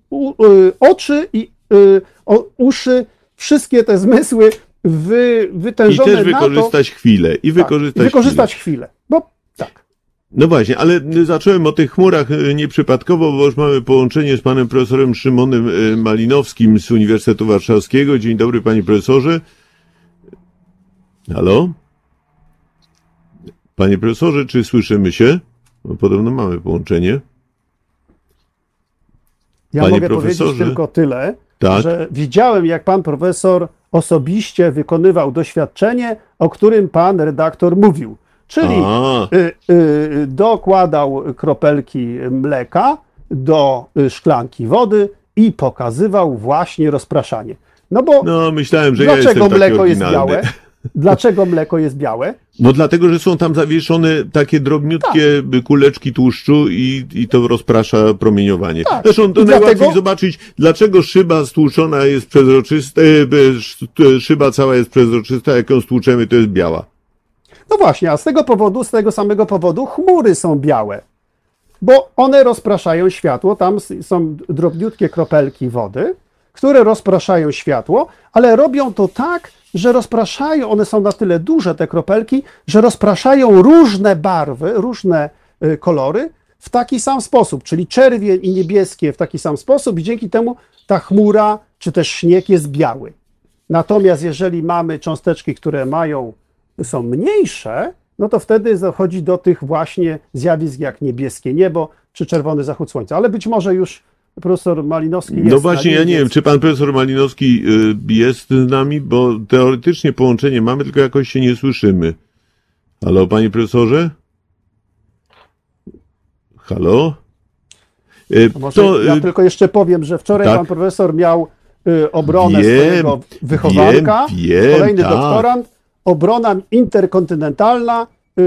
oczy i uszy, wszystkie te zmysły wytężone na to. I też wykorzystać chwilę. I wykorzystać chwilę. Bo tak. No właśnie, ale zacząłem o tych chmurach nieprzypadkowo, bo już mamy połączenie z panem profesorem Szymonem Malinowskim z Uniwersytetu Warszawskiego. Dzień dobry, panie profesorze. Halo? Panie profesorze, czy słyszymy się? No, podobno mamy połączenie. Ja panie mogę profesorze powiedzieć tylko tyle, tak? że widziałem, jak pan profesor osobiście wykonywał doświadczenie, o którym pan redaktor mówił. Czyli dokładał kropelki mleka do szklanki wody i pokazywał właśnie rozpraszanie. No bo myślałem, że dlaczego mleko jest białe? Dlaczego mleko jest białe? No dlatego, że są tam zawieszone takie drobniutkie kuleczki tłuszczu i to rozprasza promieniowanie. Tak. Zresztą to najłatwiej zobaczyć, dlaczego szyba stłuczona jest przezroczysta, szyba cała jest przezroczysta, jak ją stłuczemy, to jest biała. No właśnie, a z tego samego powodu chmury są białe, bo one rozpraszają światło, tam są drobniutkie kropelki wody, które rozpraszają światło, ale robią to tak, że rozpraszają, one są na tyle duże, te kropelki, że rozpraszają różne barwy, różne kolory w taki sam sposób, czyli czerwień i niebieskie w taki sam sposób i dzięki temu ta chmura czy też śnieg jest biały. Natomiast jeżeli mamy cząsteczki, które są mniejsze, no to wtedy dochodzi do tych właśnie zjawisk jak niebieskie niebo czy czerwony zachód słońca. Ale być może już profesor Malinowski jest. No właśnie, ja nie wiem, czy pan profesor Malinowski jest z nami, bo teoretycznie połączenie mamy, tylko jakoś się nie słyszymy. Halo, panie profesorze? Halo? Ja tylko jeszcze powiem, że wczoraj pan profesor miał obronę swojego wychowanka, kolejny doktorant, obrona interkontynentalna,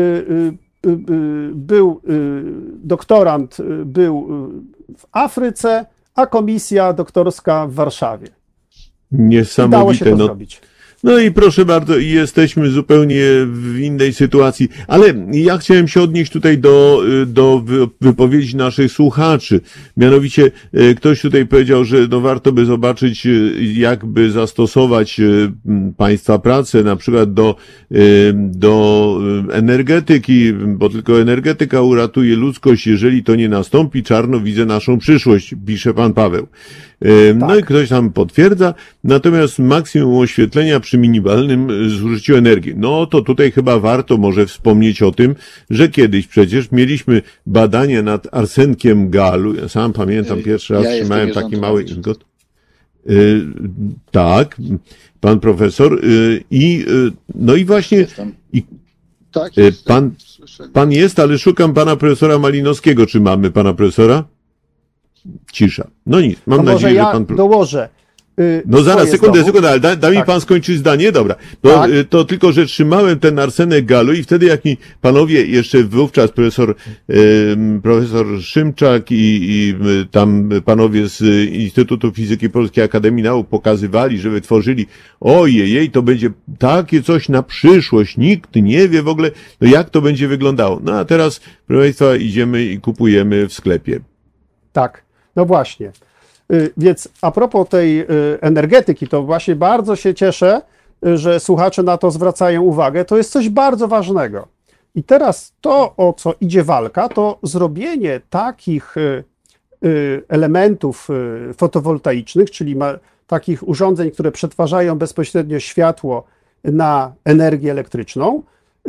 doktorant był w Afryce, a komisja doktorska w Warszawie. Niesamowite. Dało się to zrobić. No i proszę bardzo, jesteśmy zupełnie w innej sytuacji, ale ja chciałem się odnieść tutaj do wypowiedzi naszych słuchaczy. Mianowicie ktoś tutaj powiedział, że warto by zobaczyć, jakby zastosować państwa pracę, na przykład do energetyki, bo tylko energetyka uratuje ludzkość, jeżeli to nie nastąpi, czarno widzę naszą przyszłość, pisze pan Paweł. No Tak. i ktoś tam potwierdza, natomiast maksimum oświetlenia przy minimalnym zużyciu energii. No to tutaj chyba warto może wspomnieć o tym, że kiedyś przecież mieliśmy badanie nad arsenkiem galu. Ja sam pamiętam, pierwszy raz Ja jestem trzymałem taki mały wierzący. ingot. Tak, pan profesor. No i właśnie, Jestem. i Tak, pan jest, ale szukam pana profesora Malinowskiego. Czy mamy pana profesora? Cisza. No nic, mam To może nadzieję, ja że pan... dołożę. No zaraz, swoje sekundę, znowu. ale da mi Tak. pan skończyć zdanie? Dobra. Tak. To tylko, że trzymałem ten arsenek galu i wtedy jak mi panowie, jeszcze wówczas profesor Szymczak i tam panowie z Instytutu Fizyki Polskiej Akademii Nauk pokazywali, że wytworzyli, ojej, to będzie takie coś na przyszłość, nikt nie wie w ogóle, no jak to będzie wyglądało. No a teraz, proszę państwa, idziemy i kupujemy w sklepie. Tak, no właśnie. Więc a propos tej energetyki, to właśnie bardzo się cieszę, że słuchacze na to zwracają uwagę. To jest coś bardzo ważnego. I teraz to, o co idzie walka, to zrobienie takich elementów fotowoltaicznych, czyli takich urządzeń, które przetwarzają bezpośrednio światło na energię elektryczną,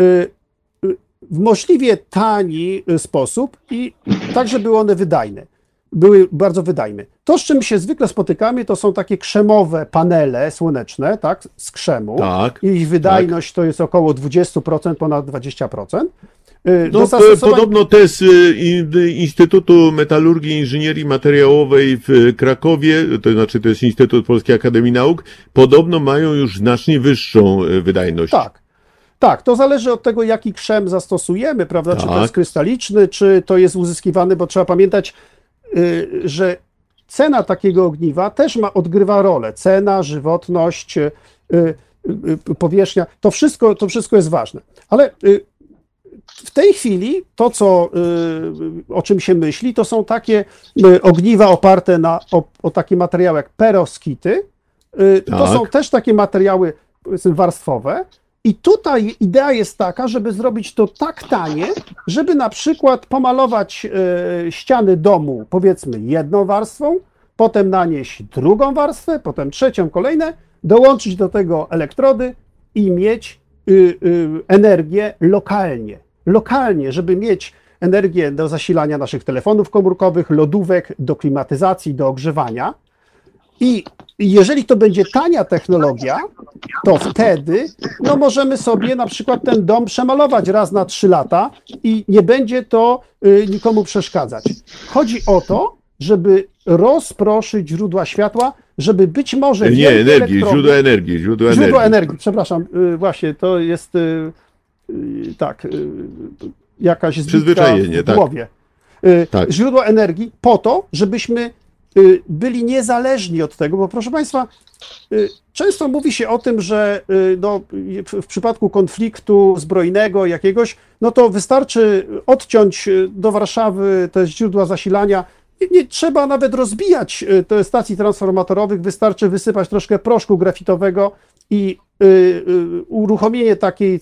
w możliwie tani sposób i tak, żeby były one były bardzo wydajne. To, z czym się zwykle spotykamy, to są takie krzemowe panele słoneczne, tak, z krzemu. Tak. Ich wydajność to jest około 20%, ponad 20%. No, podobno te z Instytutu Metalurgii i Inżynierii Materiałowej w Krakowie, to znaczy to jest Instytut Polskiej Akademii Nauk, podobno mają już znacznie wyższą wydajność. Tak, to zależy od tego, jaki krzem zastosujemy, prawda, czy to Tak. jest krystaliczny, czy to jest uzyskiwany, bo trzeba pamiętać, że cena takiego ogniwa też odgrywa rolę. Cena, żywotność, powierzchnia, to wszystko jest ważne. Ale w tej chwili to, o czym się myśli, to są takie ogniwa oparte o takie materiały jak peroskity. To są też takie materiały, powiedzmy, warstwowe. I tutaj idea jest taka, żeby zrobić to tak tanie, żeby na przykład pomalować ściany domu, powiedzmy, jedną warstwą, potem nanieść drugą warstwę, potem trzecią, kolejne, dołączyć do tego elektrody i mieć energię lokalnie, żeby mieć energię do zasilania naszych telefonów komórkowych, lodówek, do klimatyzacji, do ogrzewania. I jeżeli to będzie tania technologia, to wtedy możemy sobie na przykład ten dom przemalować raz na 3 lata i nie będzie to nikomu przeszkadzać. Chodzi o to, żeby rozproszyć źródła światła, żeby być może... Nie, energii, źródła energii, przepraszam, właśnie, to jest jakaś zbitka przyzwyczajenie, w głowie. Tak. Źródła energii po to, żebyśmy byli niezależni od tego, bo proszę Państwa, często mówi się o tym, że w przypadku konfliktu zbrojnego jakiegoś, to wystarczy odciąć do Warszawy te źródła zasilania. Nie trzeba nawet rozbijać te stacji transformatorowych, wystarczy wysypać troszkę proszku grafitowego i uruchomienie takiej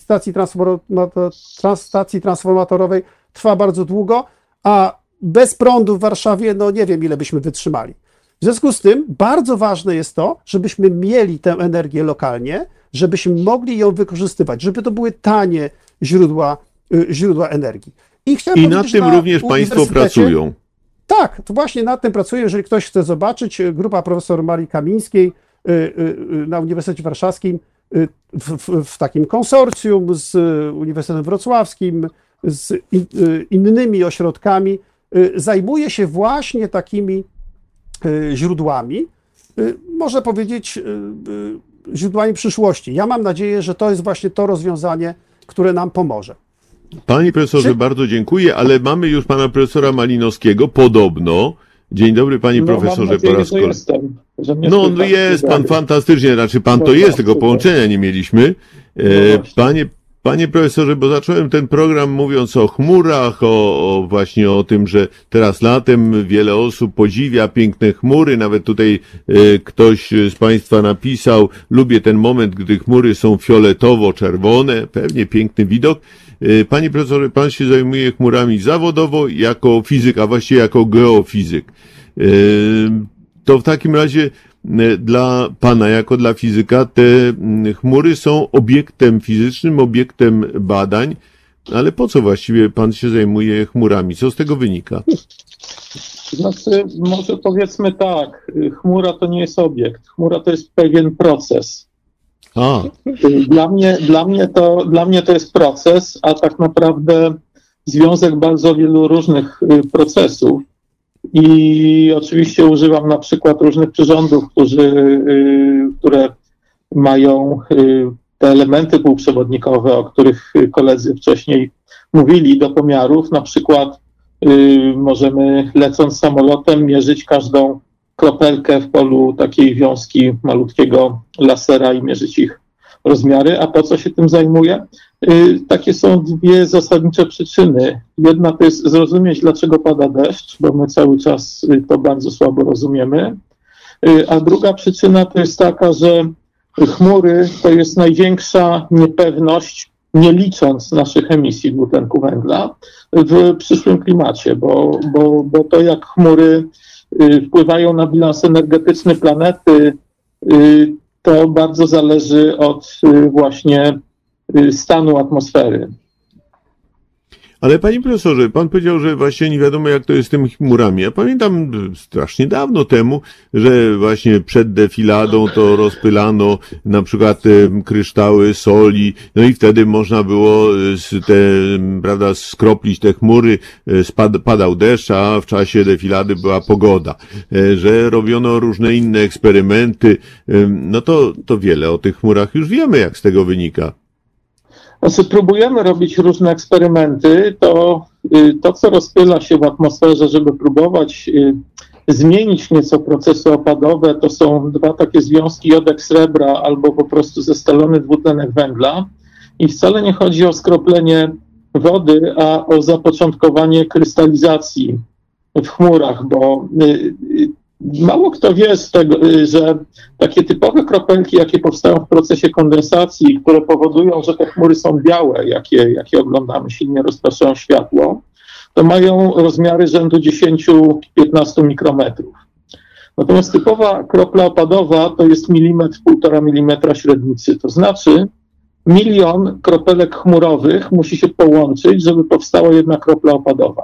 stacji transformatorowej trwa bardzo długo, a bez prądu w Warszawie, nie wiem, ile byśmy wytrzymali. W związku z tym bardzo ważne jest to, żebyśmy mieli tę energię lokalnie, żebyśmy mogli ją wykorzystywać, żeby to były tanie źródła energii. I nad tym również Państwo pracują. Tak, to właśnie nad tym pracuję. Jeżeli ktoś chce zobaczyć, grupa profesor Marii Kamińskiej na Uniwersytecie Warszawskim w takim konsorcjum z Uniwersytetem Wrocławskim, z innymi ośrodkami, zajmuje się właśnie takimi źródłami, można powiedzieć, źródłami przyszłości. Ja mam nadzieję, że to jest właśnie to rozwiązanie, które nam pomoże. Panie profesorze, bardzo dziękuję, ale mamy już pana profesora Malinowskiego, podobno. Dzień dobry, panie profesorze, po raz kolejny. Jest pan fantastycznie, znaczy pan to jest, tego połączenia nie mieliśmy. Panie profesorze, bo zacząłem ten program mówiąc o chmurach, właśnie o tym, że teraz latem wiele osób podziwia piękne chmury, nawet tutaj ktoś z państwa napisał, lubię ten moment, gdy chmury są fioletowo-czerwone, pewnie piękny widok. Panie profesorze, pan się zajmuje chmurami zawodowo jako fizyk, a właściwie jako geofizyk. To w takim razie dla pana, jako dla fizyka, te chmury są obiektem fizycznym, obiektem badań, ale po co właściwie pan się zajmuje chmurami? Co z tego wynika? Znaczy, może powiedzmy tak, chmura to nie jest obiekt, chmura to jest pewien proces. Dla mnie to jest proces, a tak naprawdę związek bardzo wielu różnych procesów. I oczywiście używam na przykład różnych przyrządów, które mają te elementy półprzewodnikowe, o których koledzy wcześniej mówili, do pomiarów. Na przykład możemy, lecąc samolotem, mierzyć każdą kropelkę w polu takiej wiązki malutkiego lasera i mierzyć ich rozmiary. A po co się tym zajmuję? Takie są dwie zasadnicze przyczyny. Jedna to jest zrozumieć, dlaczego pada deszcz, bo my cały czas to bardzo słabo rozumiemy. A druga przyczyna to jest taka, że chmury to jest największa niepewność, nie licząc naszych emisji dwutlenku węgla, w przyszłym klimacie, bo to, jak chmury wpływają na bilans energetyczny planety, to bardzo zależy od właśnie stanu atmosfery. Ale panie profesorze, pan powiedział, że właśnie nie wiadomo, jak to jest z tymi chmurami. Ja pamiętam strasznie dawno temu, że właśnie przed defiladą to rozpylano na przykład kryształy soli, no i wtedy można było skroplić te chmury, padał deszcz, a w czasie defilady była pogoda. Że robiono różne inne eksperymenty, no to wiele o tych chmurach już wiemy, jak z tego wynika. Znaczy, próbujemy robić różne eksperymenty, to co rozpyla się w atmosferze, żeby próbować zmienić nieco procesy opadowe, to są dwa takie związki jodek srebra albo po prostu zestalony dwutlenek węgla i wcale nie chodzi o skroplenie wody, a o zapoczątkowanie krystalizacji w chmurach, bo mało kto wie z tego, że takie typowe kropelki, jakie powstają w procesie kondensacji, które powodują, że te chmury są białe, jakie oglądamy, silnie rozpraszają światło, to mają rozmiary rzędu 10-15 mikrometrów. Natomiast typowa kropla opadowa to jest 1,5 milimetra średnicy. To znaczy 1 000 000 kropelek chmurowych musi się połączyć, żeby powstała jedna kropla opadowa.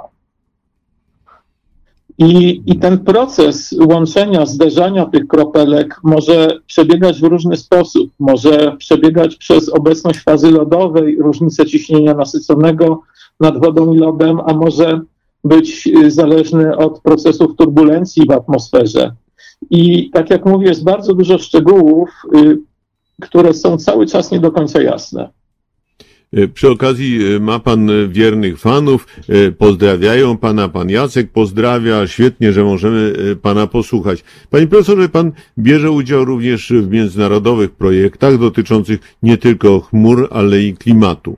I ten proces łączenia, zderzania tych kropelek może przebiegać w różny sposób. Może przebiegać przez obecność fazy lodowej, różnicę ciśnienia nasyconego nad wodą i lodem, a może być zależny od procesów turbulencji w atmosferze. I tak jak mówię, jest bardzo dużo szczegółów, które są cały czas nie do końca jasne. Przy okazji ma pan wiernych fanów, pozdrawiają pana, pan Jacek pozdrawia, świetnie, że możemy pana posłuchać. Panie profesorze, pan bierze udział również w międzynarodowych projektach dotyczących nie tylko chmur, ale i klimatu.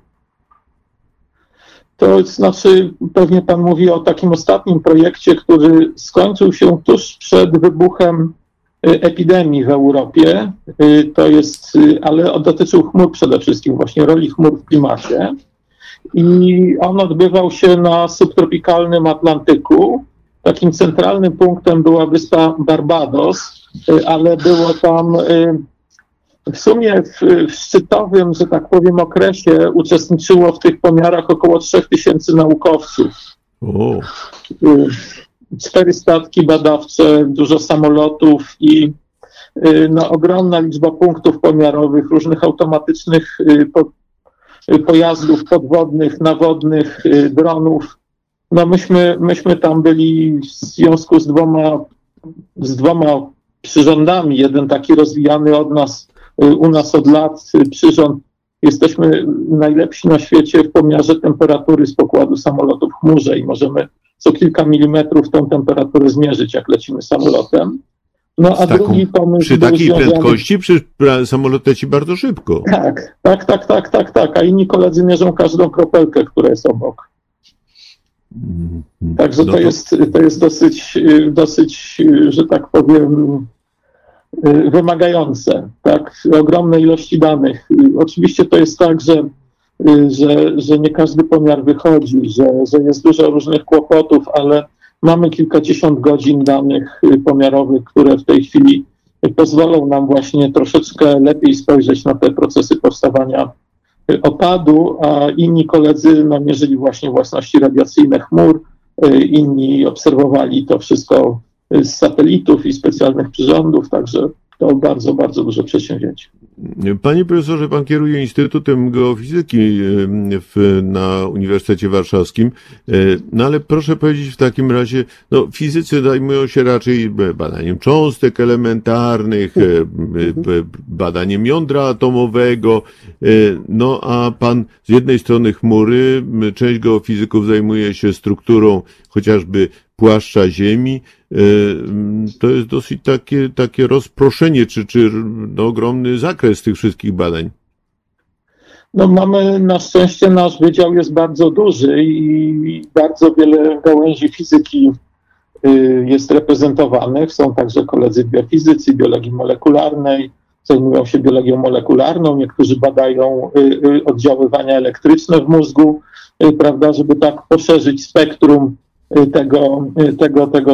To znaczy, pewnie pan mówi o takim ostatnim projekcie, który skończył się tuż przed wybuchem epidemii w Europie. To jest, ale dotyczył chmur przede wszystkim, właśnie roli chmur w klimacie. I on odbywał się na subtropikalnym Atlantyku. Takim centralnym punktem była wyspa Barbados, ale było tam w sumie w szczytowym, że tak powiem, okresie uczestniczyło w tych pomiarach około 3000 naukowców. 4 statki badawcze, dużo samolotów i ogromna liczba punktów pomiarowych, różnych automatycznych pojazdów podwodnych, nawodnych, dronów. No myśmy tam byli w związku z dwoma przyrządami. Jeden taki rozwijany u nas od lat przyrząd. Jesteśmy najlepsi na świecie w pomiarze temperatury z pokładu samolotu w chmurze i możemy co kilka milimetrów tą temperaturę zmierzyć, jak lecimy samolotem. No a drugi pomysł... Przy takiej prędkości przecież samolot leci bardzo szybko. Tak. A inni koledzy mierzą każdą kropelkę, która jest obok. Także to jest dosyć, że tak powiem, wymagające, tak? Ogromne ilości danych. Oczywiście to jest tak, że nie każdy pomiar wychodzi, że jest dużo różnych kłopotów, ale Mamy kilkadziesiąt godzin danych pomiarowych, które w tej chwili pozwolą nam właśnie troszeczkę lepiej spojrzeć na te procesy powstawania opadu, a inni koledzy mierzyli właśnie własności radiacyjne chmur, inni obserwowali to wszystko z satelitów i specjalnych przyrządów, także to bardzo, bardzo duże przedsięwzięcie. Panie profesorze, pan kieruje Instytutem Geofizyki na Uniwersytecie Warszawskim, no ale proszę powiedzieć w takim razie, no fizycy zajmują się raczej badaniem cząstek elementarnych, badaniem jądra atomowego, no a pan z jednej strony chmury, część geofizyków zajmuje się strukturą chociażby płaszcza Ziemi. To jest dosyć takie rozproszenie, czy ogromny zakres tych wszystkich badań. No mamy, na szczęście nasz wydział jest bardzo duży i bardzo wiele gałęzi fizyki jest reprezentowanych. Są także koledzy biofizycy, biologii molekularnej, zajmują się biologią molekularną, niektórzy badają oddziaływania elektryczne w mózgu, prawda, żeby tak poszerzyć spektrum tego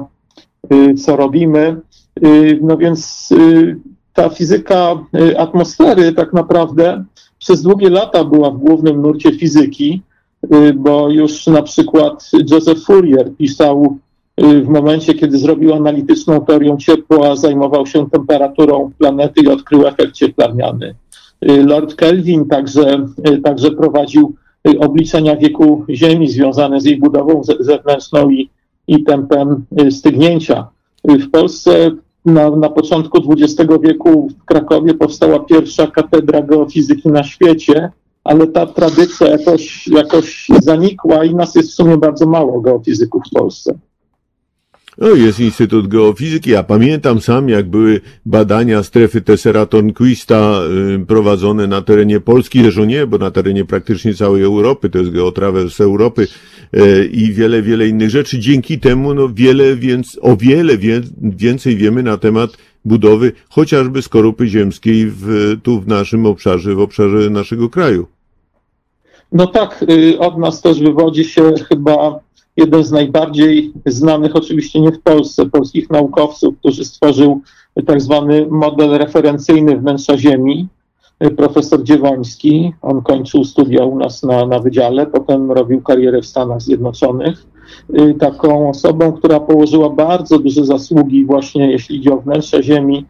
co robimy. No więc ta fizyka atmosfery tak naprawdę przez długie lata była w głównym nurcie fizyki, bo już na przykład Joseph Fourier pisał w momencie, kiedy zrobił analityczną teorię ciepła, zajmował się temperaturą planety i odkrył efekt cieplarniany. Lord Kelvin także prowadził obliczenia wieku Ziemi związane z jej budową zewnętrzną i tempem stygnięcia. W Polsce na początku XX wieku w Krakowie powstała pierwsza katedra geofizyki na świecie, ale ta tradycja jakoś zanikła i nas jest w sumie bardzo mało geofizyków w Polsce. No, jest Instytut Geofizyki. Ja pamiętam sam, jak były badania strefy Tessera-Tornquista prowadzone na terenie Polski, zresztą nie, bo na terenie praktycznie całej Europy, to jest geotrawers Europy i wiele innych rzeczy. Dzięki temu o wiele więcej wiemy na temat budowy chociażby skorupy ziemskiej tu w naszym obszarze, w obszarze naszego kraju. No tak, od nas też wywodzi się chyba jeden z najbardziej znanych, oczywiście nie w Polsce, polskich naukowców, który stworzył tak zwany model referencyjny wnętrza Ziemi, profesor Dziewoński. On kończył studia u nas na wydziale, potem robił karierę w Stanach Zjednoczonych. Taką osobą, która położyła bardzo duże zasługi właśnie jeśli idzie o wnętrze Ziemi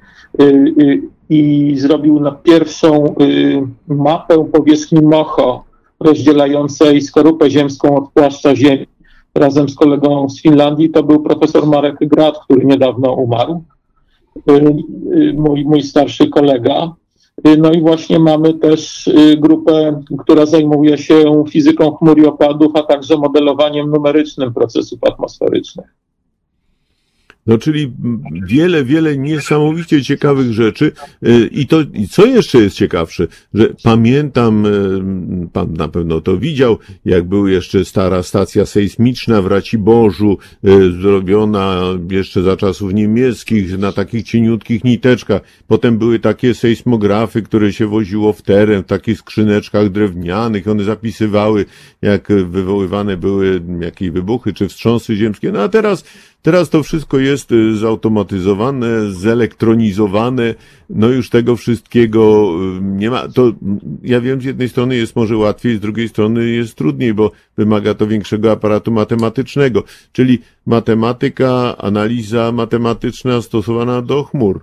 i zrobił pierwszą mapę powierzchni Moho rozdzielającej skorupę ziemską od płaszcza Ziemi. Razem z kolegą z Finlandii to był profesor Marek Grad, który niedawno umarł, mój starszy kolega. No i właśnie mamy też grupę, która zajmuje się fizyką chmur i opadów, a także modelowaniem numerycznym procesów atmosferycznych. No czyli wiele niesamowicie ciekawych rzeczy i co jeszcze jest ciekawsze, że pamiętam, pan na pewno to widział, jak był jeszcze stara stacja sejsmiczna w Raciborzu, zrobiona jeszcze za czasów niemieckich na takich cieniutkich niteczkach. Potem były takie sejsmografy, które się woziło w teren, w takich skrzyneczkach drewnianych, one zapisywały, jak wywoływane były jakieś wybuchy czy wstrząsy ziemskie. No a teraz to wszystko jest zautomatyzowane, zelektronizowane, no już tego wszystkiego nie ma. To ja wiem, z jednej strony jest może łatwiej, z drugiej strony jest trudniej, bo wymaga to większego aparatu matematycznego, czyli matematyka, analiza matematyczna stosowana do chmur.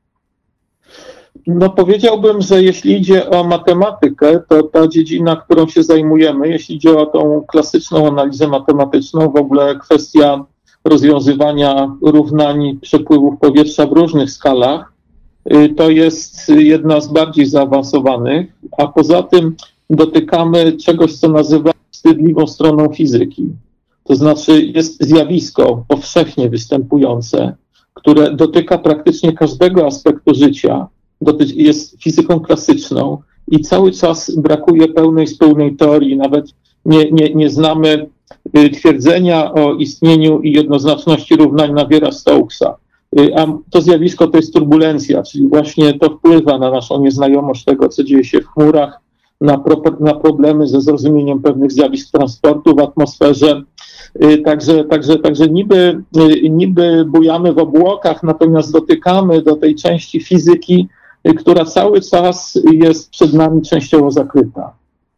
No powiedziałbym, że jeśli idzie o matematykę, to ta dziedzina, którą się zajmujemy, jeśli idzie o tą klasyczną analizę matematyczną, w ogóle kwestia rozwiązywania równań przepływów powietrza w różnych skalach, to jest jedna z bardziej zaawansowanych, a poza tym dotykamy czegoś, co nazywamy wstydliwą stroną fizyki. To znaczy jest zjawisko powszechnie występujące, które dotyka praktycznie każdego aspektu życia, jest fizyką klasyczną i cały czas brakuje pełnej teorii, nawet nie znamy twierdzenia o istnieniu i jednoznaczności równań Naviera-Stokesa. A to zjawisko to jest turbulencja, czyli właśnie to wpływa na naszą nieznajomość tego, co dzieje się w chmurach, na problemy ze zrozumieniem pewnych zjawisk transportu w atmosferze. Także niby bujamy w obłokach, natomiast dotykamy do tej części fizyki, która cały czas jest przed nami częściowo zakryta.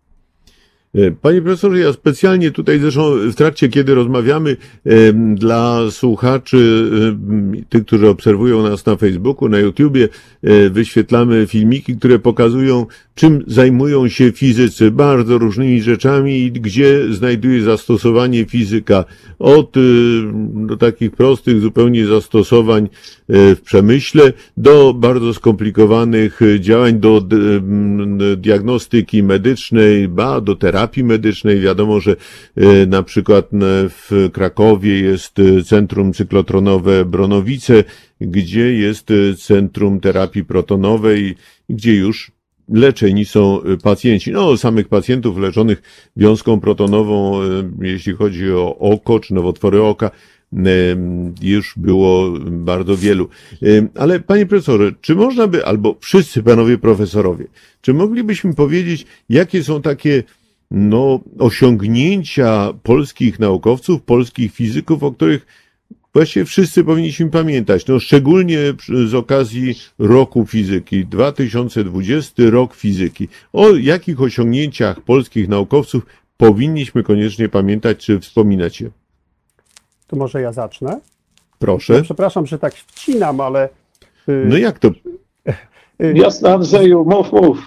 Panie profesorze, ja specjalnie tutaj zresztą w trakcie, kiedy rozmawiamy, dla słuchaczy, tych, którzy obserwują nas na Facebooku, na YouTubie, wyświetlamy filmiki, które pokazują, czym zajmują się fizycy, bardzo różnymi rzeczami i gdzie znajduje zastosowanie fizyka. Od do takich prostych zupełnie zastosowań w przemyśle do bardzo skomplikowanych działań, do diagnostyki medycznej, do terapii medycznej. Wiadomo, że na przykład w Krakowie jest Centrum Cyklotronowe Bronowice, gdzie jest Centrum Terapii Protonowej, gdzie już leczeni są pacjenci. No, samych pacjentów leczonych wiązką protonową, jeśli chodzi o oko czy nowotwory oka, już było bardzo wielu. Ale panie profesorze, czy można by, albo wszyscy panowie profesorowie, czy moglibyśmy powiedzieć, jakie są takie osiągnięcia polskich naukowców, polskich fizyków, o których właściwie wszyscy powinniśmy pamiętać, szczególnie z okazji roku fizyki, 2020 rok fizyki. O jakich osiągnięciach polskich naukowców powinniśmy koniecznie pamiętać czy wspominać je? To może ja zacznę? Proszę. Przepraszam, że tak wcinam, ale... No jak to? Jasne, Andrzeju, mów.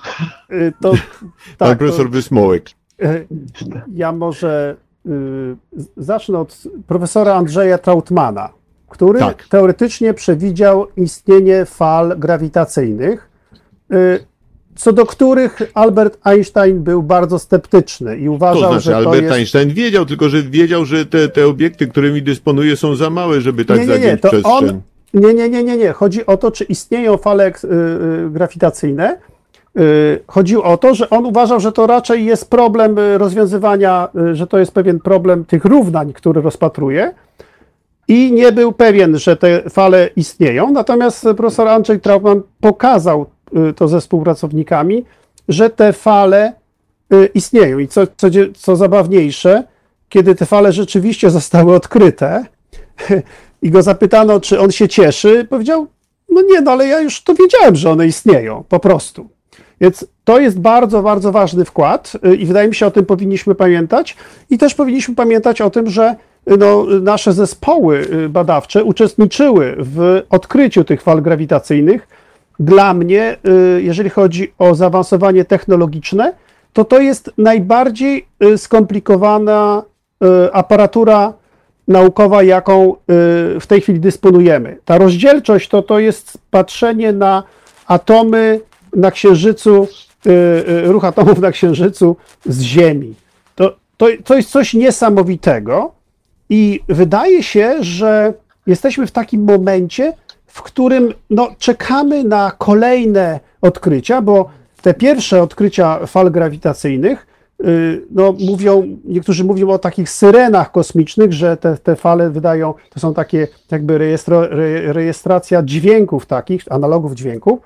Pan profesor Wysmołek. Ja może zacznę od profesora Andrzeja Trautmana, który teoretycznie przewidział istnienie fal grawitacyjnych, co do których Albert Einstein był bardzo sceptyczny i uważał, że to Albert Einstein wiedział, tylko że wiedział, że te obiekty, którymi dysponuje, są za małe, żeby tak zagiąć przestrzeń. Nie. Chodzi o to, czy istnieją fale grawitacyjne. Chodziło o to, że on uważał, że to raczej jest problem rozwiązywania, że to jest pewien problem tych równań, które rozpatruje i nie był pewien, że te fale istnieją. Natomiast profesor Andrzej Trautmann pokazał to ze współpracownikami, że te fale istnieją. I co zabawniejsze, kiedy te fale rzeczywiście zostały odkryte i go zapytano, czy on się cieszy, powiedział, ale ja już to wiedziałem, że one istnieją, po prostu. Więc to jest bardzo, bardzo ważny wkład i wydaje mi się, o tym powinniśmy pamiętać. I też powinniśmy pamiętać o tym, że nasze zespoły badawcze uczestniczyły w odkryciu tych fal grawitacyjnych. Dla mnie, jeżeli chodzi o zaawansowanie technologiczne, to jest najbardziej skomplikowana aparatura naukowa, jaką w tej chwili dysponujemy. Ta rozdzielczość to jest patrzenie na atomy na Księżycu, ruch atomów na Księżycu z Ziemi. To jest coś niesamowitego i wydaje się, że jesteśmy w takim momencie, w którym czekamy na kolejne odkrycia, bo te pierwsze odkrycia fal grawitacyjnych, niektórzy mówią o takich syrenach kosmicznych, że te fale wydają, to są takie jakby rejestracja dźwięków takich, analogów dźwięków.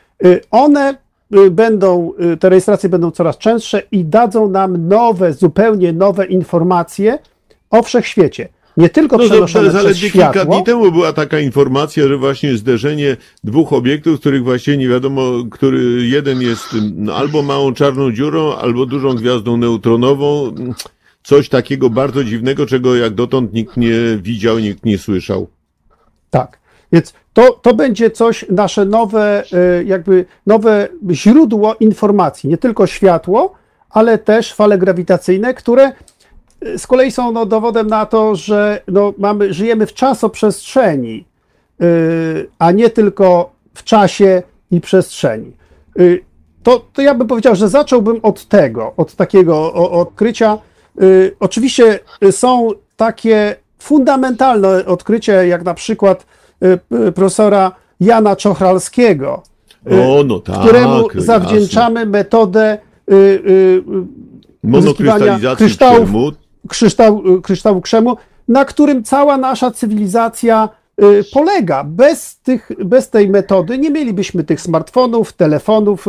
Te rejestracje będą coraz częstsze i dadzą nam zupełnie nowe informacje o wszechświecie. Nie tylko przenoszone przez światło. Kilka dni temu była taka informacja, że właśnie zderzenie dwóch obiektów, których właściwie nie wiadomo, który jeden jest albo małą czarną dziurą, albo dużą gwiazdą neutronową. Coś takiego bardzo dziwnego, czego jak dotąd nikt nie widział, nikt nie słyszał. Tak, więc to będzie coś, nasze nowe źródło informacji. Nie tylko światło, ale też fale grawitacyjne, które z kolei są dowodem na to, że żyjemy w czasoprzestrzeni, a nie tylko w czasie i przestrzeni. To ja bym powiedział, że zacząłbym od takiego odkrycia. Oczywiście są takie fundamentalne odkrycia, jak na przykład profesora Jana Czochralskiego, któremu zawdzięczamy metodę monokrystalizacji kryształu krzemu, na którym cała nasza cywilizacja polega. Bez tej metody nie mielibyśmy tych smartfonów, telefonów,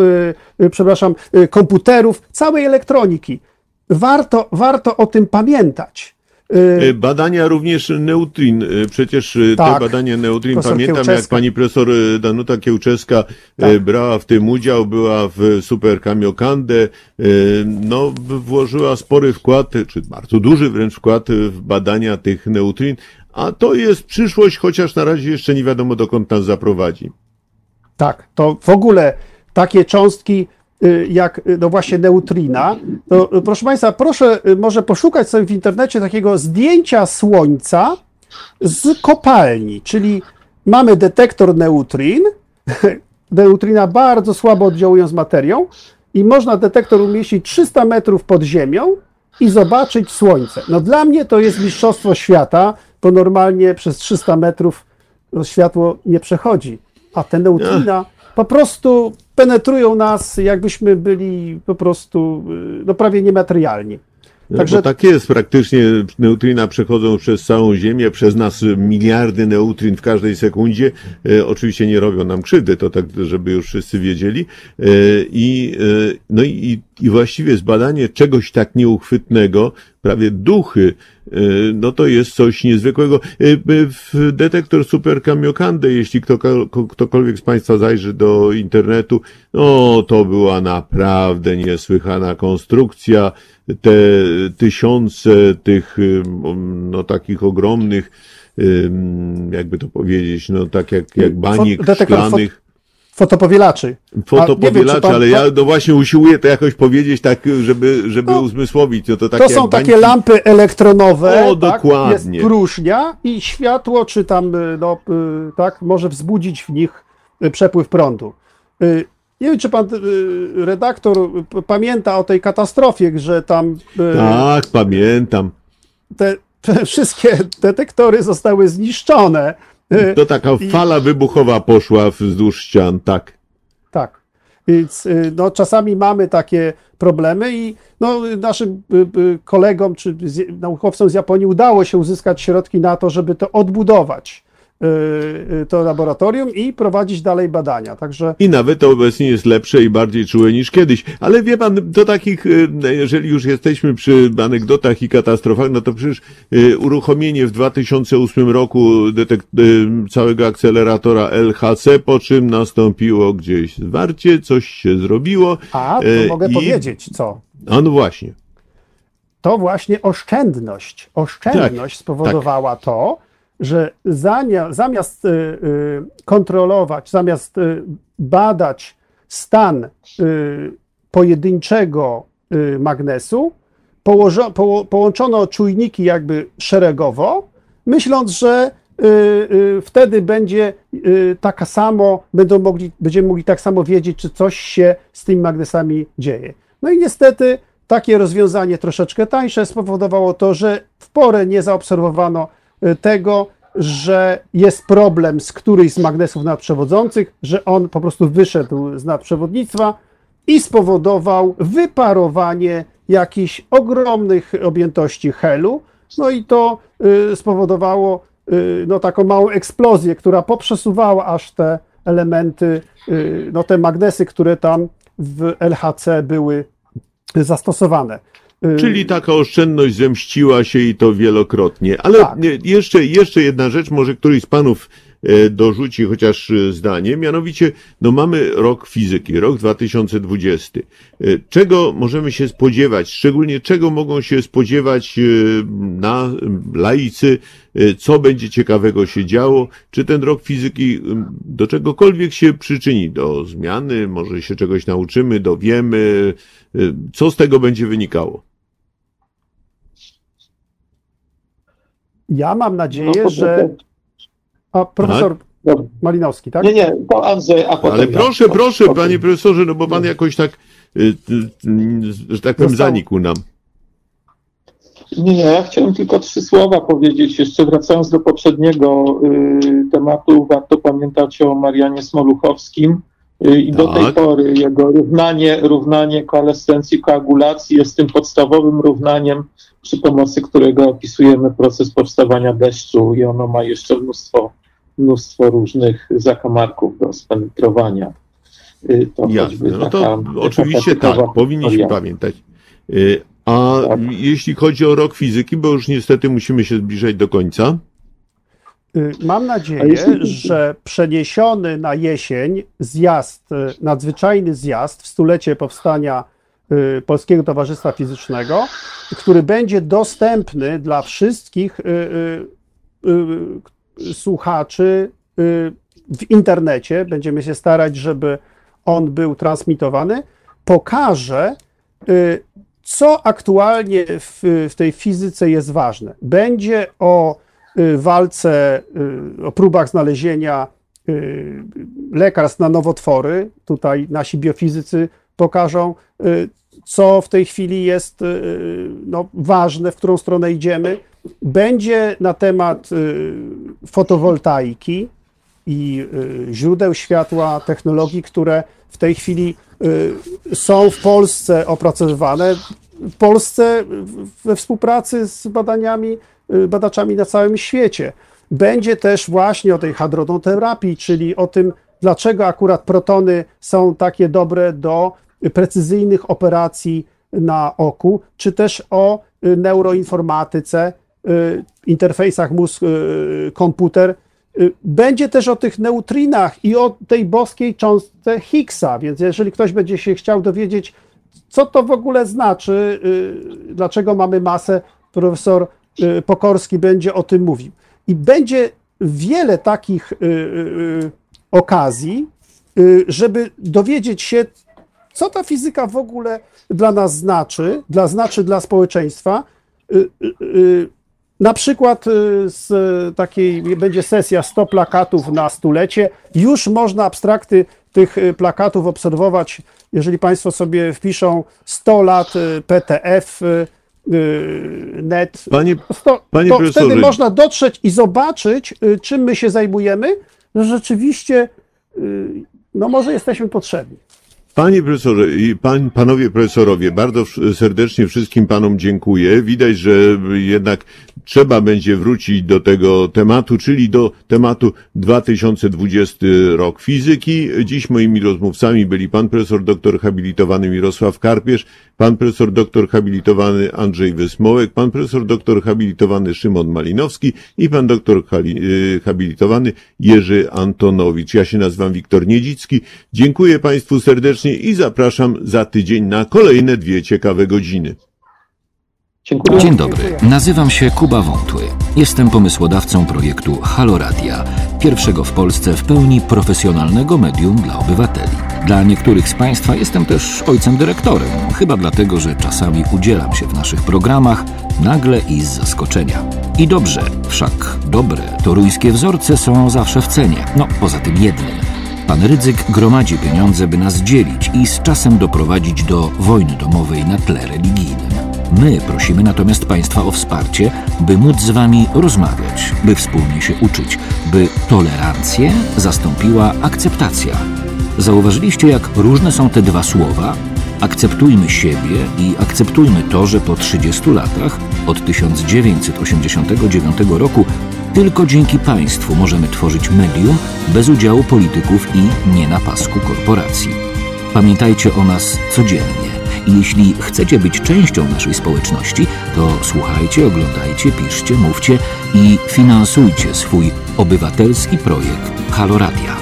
komputerów, całej elektroniki. Warto o tym pamiętać. Badania również neutrin. Przecież Tak. te badania neutrin, Profesor pamiętam jak Kiełczeska. pani profesor Danuta Kiełczeska Tak. brała w tym udział, była w Super Kamiokandę, no włożyła spory wkład, czy bardzo duży wręcz wkład w badania tych neutrin, a to jest przyszłość, chociaż na razie jeszcze nie wiadomo dokąd nas zaprowadzi. Tak, to w ogóle takie cząstki jak no właśnie neutrina, to proszę Państwa, proszę może poszukać sobie w internecie takiego zdjęcia Słońca z kopalni, czyli mamy detektor neutrin, neutrina bardzo słabo oddziałują z materią i można detektor umieścić 300 metrów pod ziemią i zobaczyć Słońce. No dla mnie to jest mistrzostwo świata, bo normalnie przez 300 metrów światło nie przechodzi, a te neutrina po prostu penetrują nas, jakbyśmy byli po prostu no, prawie niematerialni. Także... Bo tak jest, praktycznie neutrina przechodzą przez całą Ziemię, przez nas miliardy neutrin w każdej sekundzie. Oczywiście nie robią nam krzywdy, to tak, żeby już wszyscy wiedzieli. No i właściwie zbadanie czegoś tak nieuchwytnego, prawie duchy, no to jest coś niezwykłego. Detektor Super Kamiokandę, jeśli ktokolwiek z Państwa zajrzy do internetu, no to była naprawdę niesłychana konstrukcja. Te tysiące tych, no takich ogromnych, jakby to powiedzieć, no tak jak baniek szklanych. Fotopowielaczy. Fotopowielacze, ale ja no właśnie usiłuję to jakoś powiedzieć tak, żeby uzmysłowić. No to są takie lampy elektronowe, o, dokładnie. Jest próżnia i światło, czy tam, no, tak, może wzbudzić w nich przepływ prądu. Nie wiem, czy pan redaktor pamięta o tej katastrofie, że tam... Tak, pamiętam. Te wszystkie detektory zostały zniszczone. To taka fala wybuchowa poszła wzdłuż ścian, tak. Tak. Więc no, czasami mamy takie problemy i no, naszym kolegom czy naukowcom z Japonii udało się uzyskać środki na to, żeby to odbudować. To laboratorium i prowadzić dalej badania. Także... I nawet to obecnie jest lepsze i bardziej czułe niż kiedyś. Ale wie pan, do takich, jeżeli już jesteśmy przy anegdotach i katastrofach, no to przecież uruchomienie w 2008 roku całego akceleratora LHC, po czym nastąpiło gdzieś zwarcie, coś się zrobiło. A, to mogę powiedzieć, co? A no właśnie. To właśnie oszczędność spowodowała to, że zamiast kontrolować, zamiast badać stan pojedynczego magnesu, połączono czujniki jakby szeregowo, myśląc, że wtedy będzie tak samo, będziemy mogli tak samo wiedzieć, czy coś się z tymi magnesami dzieje. No i niestety takie rozwiązanie troszeczkę tańsze spowodowało to, że w porę nie zaobserwowano tego, że jest problem z którymś z magnesów nadprzewodzących, że on po prostu wyszedł z nadprzewodnictwa i spowodował wyparowanie jakichś ogromnych objętości helu. No i to spowodowało no, taką małą eksplozję, która poprzesuwała aż te elementy, no, te magnesy, które tam w LHC były zastosowane. Czyli taka oszczędność zemściła się i to wielokrotnie. Ale tak. Jeszcze jedna rzecz, może któryś z panów dorzuci chociaż zdanie, mianowicie no mamy rok fizyki, rok 2020. Czego możemy się spodziewać, szczególnie czego mogą się spodziewać laicy, co będzie ciekawego się działo, czy ten rok fizyki do czegokolwiek się przyczyni, do zmiany, może się czegoś nauczymy, dowiemy, co z tego będzie wynikało? Ja mam nadzieję, że... A profesor Malinowski, tak? Nie, to Andrzej, a potem ale proszę, panie profesorze, no bo pan jakoś tak, że tak powiem, zanikł nam. Nie, ja chciałem tylko 3 słowa powiedzieć. Jeszcze wracając do poprzedniego tematu, warto pamiętać o Marianie Smoluchowskim i do tej pory jego równanie koalescencji, koagulacji jest tym podstawowym równaniem, przy pomocy którego opisujemy proces powstawania deszczu i ono ma jeszcze mnóstwo różnych zakamarków do spenetrowania. Jasne, no to oczywiście tak, powinniśmy pamiętać. A jeśli chodzi o rok fizyki, bo już niestety musimy się zbliżać do końca. Mam nadzieję, że przeniesiony na jesień zjazd, nadzwyczajny zjazd w stulecie powstania Polskiego Towarzystwa Fizycznego, który będzie dostępny dla wszystkich słuchaczy w internecie, będziemy się starać, żeby on był transmitowany, pokaże, co aktualnie w tej fizyce jest ważne. Będzie o walce, o próbach znalezienia lekarstw na nowotwory. Tutaj nasi biofizycy pokażą, co w tej chwili jest ważne, w którą stronę idziemy. Będzie na temat fotowoltaiki i źródeł światła, technologii, które w tej chwili są w Polsce opracowywane. W Polsce we współpracy z badaczami na całym świecie. Będzie też właśnie o tej hadronoterapii, czyli o tym, dlaczego akurat protony są takie dobre do precyzyjnych operacji na oku, czy też o neuroinformatyce, interfejsach mózg-komputer. Będzie też o tych neutrinach i o tej boskiej cząstce Higgsa, więc jeżeli ktoś będzie się chciał dowiedzieć, co to w ogóle znaczy, dlaczego mamy masę, profesor Pokorski będzie o tym mówił. I będzie wiele takich okazji, żeby dowiedzieć się, co ta fizyka w ogóle dla nas znaczy dla społeczeństwa. Na przykład z takiej będzie sesja 100 plakatów na stulecie. Już można abstrakty tych plakatów obserwować, jeżeli Państwo sobie wpiszą 100 lat PTF net. Panie to profesorze, wtedy można dotrzeć i zobaczyć, czym my się zajmujemy, że rzeczywiście może jesteśmy potrzebni. Panie profesorze i panowie profesorowie, bardzo serdecznie wszystkim panom dziękuję. Widać, że jednak trzeba będzie wrócić do tego tematu, czyli do tematu 2020 rok fizyki. Dziś moimi rozmówcami byli pan profesor doktor habilitowany Mirosław Karpierz, pan profesor doktor habilitowany Andrzej Wysmołek, pan profesor doktor habilitowany Szymon Malinowski i pan doktor habilitowany Jerzy Antonowicz. Ja się nazywam Wiktor Niedzicki. Dziękuję Państwu serdecznie i zapraszam za tydzień na kolejne 2 ciekawe godziny. Dziękuję. Dzień dobry, nazywam się Kuba Wątły. Jestem pomysłodawcą projektu Halo Radia, pierwszego w Polsce w pełni profesjonalnego medium dla obywateli. Dla niektórych z Państwa jestem też ojcem dyrektorem, chyba dlatego, że czasami udzielam się w naszych programach nagle i z zaskoczenia. I dobrze, wszak dobre toruńskie wzorce są zawsze w cenie, poza tym jednym. Pan Rydzyk gromadzi pieniądze, by nas dzielić i z czasem doprowadzić do wojny domowej na tle religijnym. My prosimy natomiast Państwa o wsparcie, by móc z Wami rozmawiać, by wspólnie się uczyć, by tolerancję zastąpiła akceptacja. Zauważyliście, jak różne są te dwa słowa? Akceptujmy siebie i akceptujmy to, że po 30 latach, od 1989 roku, tylko dzięki państwu możemy tworzyć medium bez udziału polityków i nie na pasku korporacji. Pamiętajcie o nas codziennie. I jeśli chcecie być częścią naszej społeczności, to słuchajcie, oglądajcie, piszcie, mówcie i finansujcie swój obywatelski projekt Halo Radia.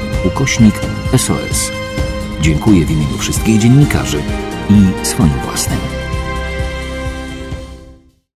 www.halo.radio/SOS. Dziękuję w imieniu wszystkich dziennikarzy i swoim własnym.